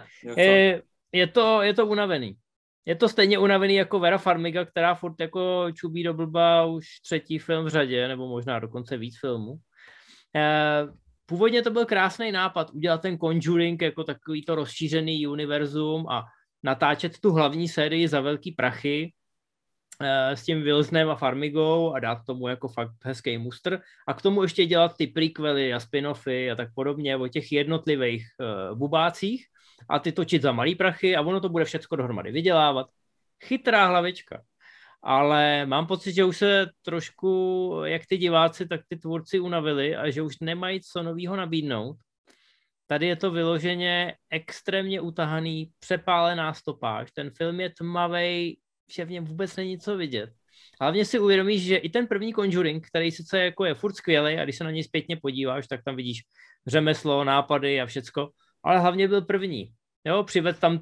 je to unavený. Je to stejně unavený jako Vera Farmiga, která furt jako čubí do blba už 3. film v řadě, nebo možná dokonce víc filmů. Původně to byl krásný nápad udělat ten Conjuring jako takový to rozšířený univerzum a natáčet tu hlavní sérii za velký prachy s tím Wilsonem a Farmigou a dát tomu jako fakt hezký mustr a k tomu ještě dělat ty prequely a spin-offy a tak podobně o těch jednotlivých bubácích a ty točit za malý prachy a ono to bude všecko dohromady vydělávat. Chytrá hlavička. Ale mám pocit, že už se trošku, jak ty diváci, tak ty tvůrci unavili a že už nemají co novýho nabídnout. Tady je to vyloženě extrémně utahaný, přepálená stopáž. Ten film je tmavej, že v něm vůbec není co vidět. Hlavně si uvědomíš, že i ten první Conjuring, který sice jako je furt skvělej a když se na něj zpětně podíváš, tak tam vidíš řemeslo, nápady a všecko, ale hlavně byl první. Jo, přived tam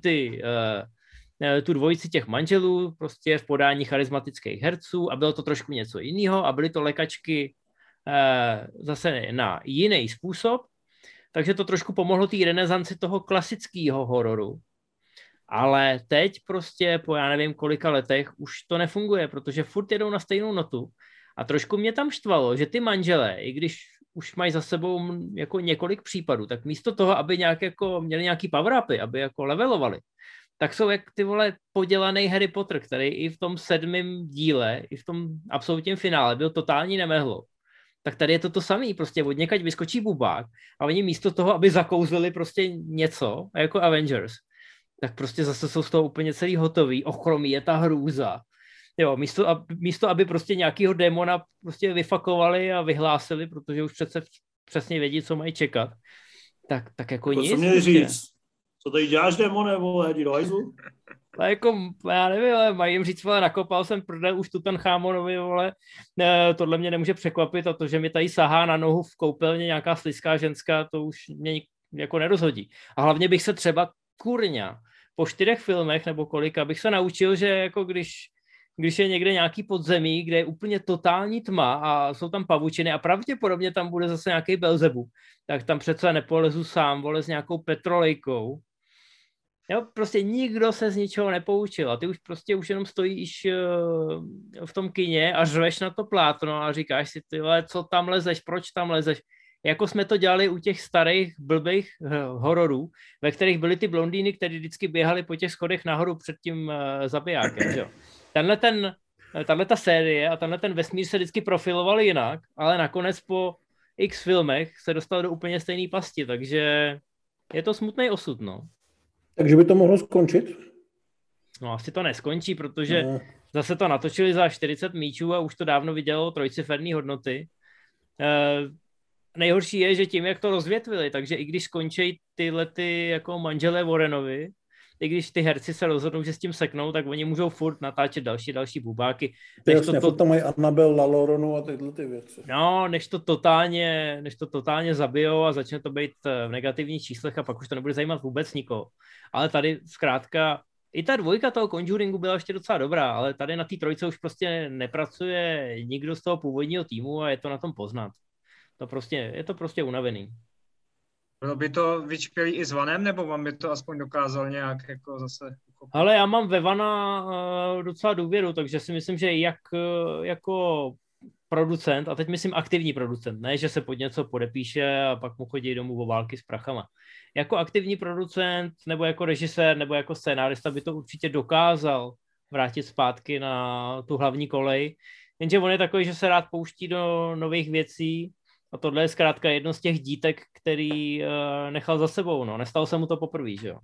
tu dvojici těch manželů prostě v podání charismatických herců a bylo to trošku něco jiného a byly to lékačky zase na jiný způsob, takže to trošku pomohlo té renesanci toho klasického hororu. Ale teď prostě po já nevím kolika letech už to nefunguje, protože furt jedou na stejnou notu a trošku mě tam štvalo, že ty manželé, i když už mají za sebou jako několik případů, tak místo toho, aby nějak jako měli nějaký power-upy, aby jako levelovali, tak jsou jak ty vole podělaný Harry Potter, který i v tom 7. díle, i v tom absolutním finále byl totální nemehlo. Tak tady je to samý, prostě od někaď vyskočí bubák a oni místo toho, aby zakouzlili prostě něco, jako Avengers, tak prostě zase jsou z toho úplně celý hotový, ochromí je ta hrůza. Jo, místo aby prostě nějakýho démona prostě vyfakovali a vyhlásili, protože už přesně vědí, co mají čekat. Tak jako nic. Co měli říct? Co tady děláš, démone, vole, jdi do hajzlu? Ale jako, já nevím, ale mají jim říct, vole, nakopal jsem prdel už Tutanchamonovi, vole, tohle mě nemůže překvapit a to, že mi tady sahá na nohu v koupelně nějaká slizká ženská, to už mě jako nerozhodí. A hlavně bych se třeba kurňa po 4 filmech nebo kolika bych se naučil, že jako když je někde nějaký podzemí, kde je úplně totální tma a jsou tam pavučiny a pravděpodobně tam bude zase nějaký Belzebub, tak tam přece nepolezu sám, vole, s nějakou petrolejkou. Jo, prostě nikdo se z ničeho nepoučil a ty už prostě už jenom stojíš v tom kině a řveš na to plátno a říkáš si, ty vole, co tam lezeš, proč tam lezeš. Jako jsme to dělali u těch starých blbých hororů, ve kterých byly ty blondýny, které vždycky běhaly po těch schodech nahoru před tím zabijákem. Že? Tahle ta série a tenhle ten vesmír se vždycky profiloval jinak, ale nakonec po x filmech se dostal do úplně stejné pasti, takže je to smutný osud, no. Takže by to mohlo skončit? No asi to neskončí, protože zase to natočili za 40 míčů a už to dávno vydělalo trojciferné hodnoty. Nejhorší je, že tím, jak to rozvětvili, takže i když skončí tyhle ty jako manželé Warrenovi, i když ty herci se rozhodnou, že s tím seknou, tak oni můžou furt natáčet další bubáky. Jasně, furt tam mají Annabelle, Laloronu a tyhle ty věci. No, než to totálně zabijou a začne to být v negativních číslech a pak už to nebude zajímat vůbec nikoho. Ale tady zkrátka, i ta 2 toho Conjuringu byla ještě docela dobrá, ale tady na té 3 už prostě nepracuje nikdo z toho původního týmu a je to na tom poznat. Je to prostě unavený. Bylo by to vyčpělý i s Vanem, nebo vám by to aspoň dokázal nějak jako zase... Ale já mám ve Vana docela důvěru, takže si myslím, že jak jako producent, a teď myslím aktivní producent, ne, že se pod něco podepíše a pak mu chodí domů o války s prachama. Jako aktivní producent, nebo jako režisér, nebo jako scénárista by to určitě dokázal vrátit zpátky na tu hlavní kolej, jenže on je takový, že se rád pouští do nových věcí. A tohle je zkrátka jedno z těch dítek, který nechal za sebou. No. Nestalo se mu to poprvé, že jo?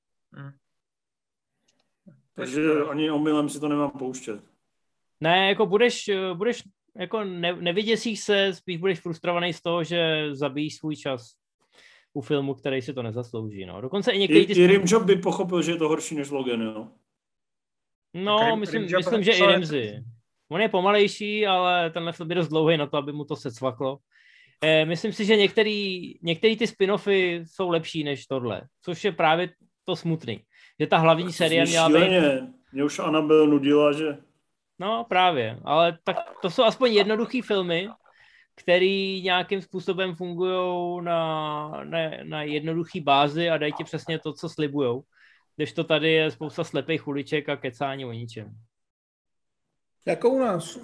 Takže ani omylem si to nemám pouštět. Ne, jako budeš jako nevyděsíš se, spíš budeš frustrovaný z toho, že zabíjíš svůj čas u filmu, který si to nezaslouží. No. Dokonce i některý I Rimjob by pochopil, že je to horší než Logan, jo? No, myslím, že i Ramsey. On je pomalejší, ale tenhle film je dost dlouhý na to, aby mu to secvaklo. Myslím si, že některý ty spin-offy jsou lepší než tohle, což je právě to smutný. Že ta hlavní série měla být... Mě už Annabelle nudila, že... No právě, ale tak to jsou aspoň jednoduchý filmy, který nějakým způsobem fungují na jednoduchý bázi a dají ti přesně to, co slibujou. Kdežto tady je spousta slepých uliček a kecání o ničem. Jako u nás.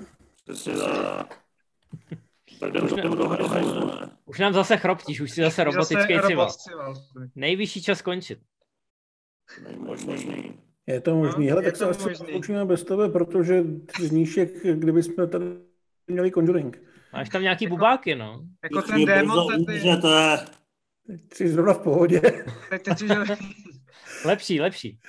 Už nám zase chroptíš, už si zase robotický cival. Nejvyšší čas končit. Je to možný. Hele, tak se asi poučíme bez tebe, protože zníš, jak kdyby jsme tady měli Conjuring. Máš tam nějaký bubáky, no. Jako ten démon tady. Teď jsi zrovna v pohodě. Lepší.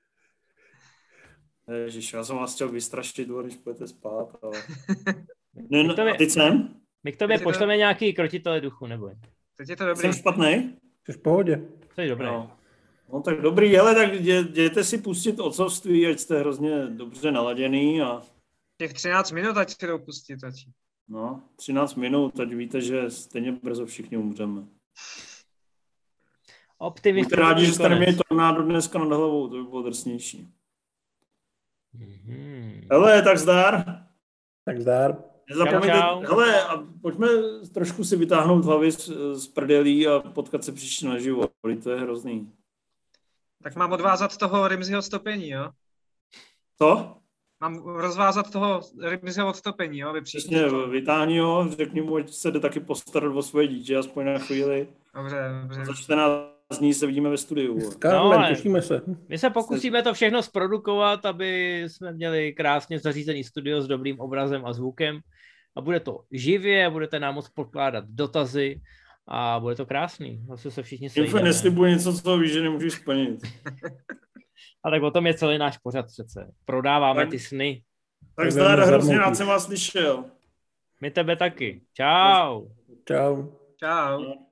Ježiš, já jsem vás chtěl vystrašit, když půjdete spát, ale... A teď jsem? My k tobě pošleme nějaký krotitele duchu, neboj. Teď je to dobrý. Jsem špatný? Jsi v pohodě. To je dobré. No tak dobrý, ale tak jděte si pustit otcovství, ať jste hrozně dobře naladěný a... Těch 13 minut, ať si jdou pustit. No, 13 minut, ať víte, že stejně brzo všichni umřeme. Buďte rádi, že jste neměli tornádo dneska nad hlavou, to by bylo drsnější. Hele, tak zdar. Tak zdar. Nezapomeňte, hele, a pojďme trošku si vytáhnout hlavy z prdelí a potkat se příště naživo, to je hrozný. Tak mám odvázat toho Ramseyho stopení, jo? Co? Mám rozvázat toho Ramseyho odstopení, jo? Přesně, vytáhni ho, řekni mu, ať se jde taky postarat o svoje dítě, aspoň na chvíli. Dobře. Za 14 dní se vidíme ve studiu. Těšíme se. My se pokusíme to všechno zprodukovat, aby jsme měli krásně zařízený studio s dobrým obrazem a zvukem. A bude to živě, budete nám moct pokládat dotazy a bude to krásný. Vlastně se všichni sejdeme. Info neslibuje něco, co víš, že nemůžeš splnit. A tak o tom je celý náš pořad přece. Prodáváme ty sny. Tak zdar, hrozně rád jsem vás slyšel. My tebe taky. Čau. Čau. Čau.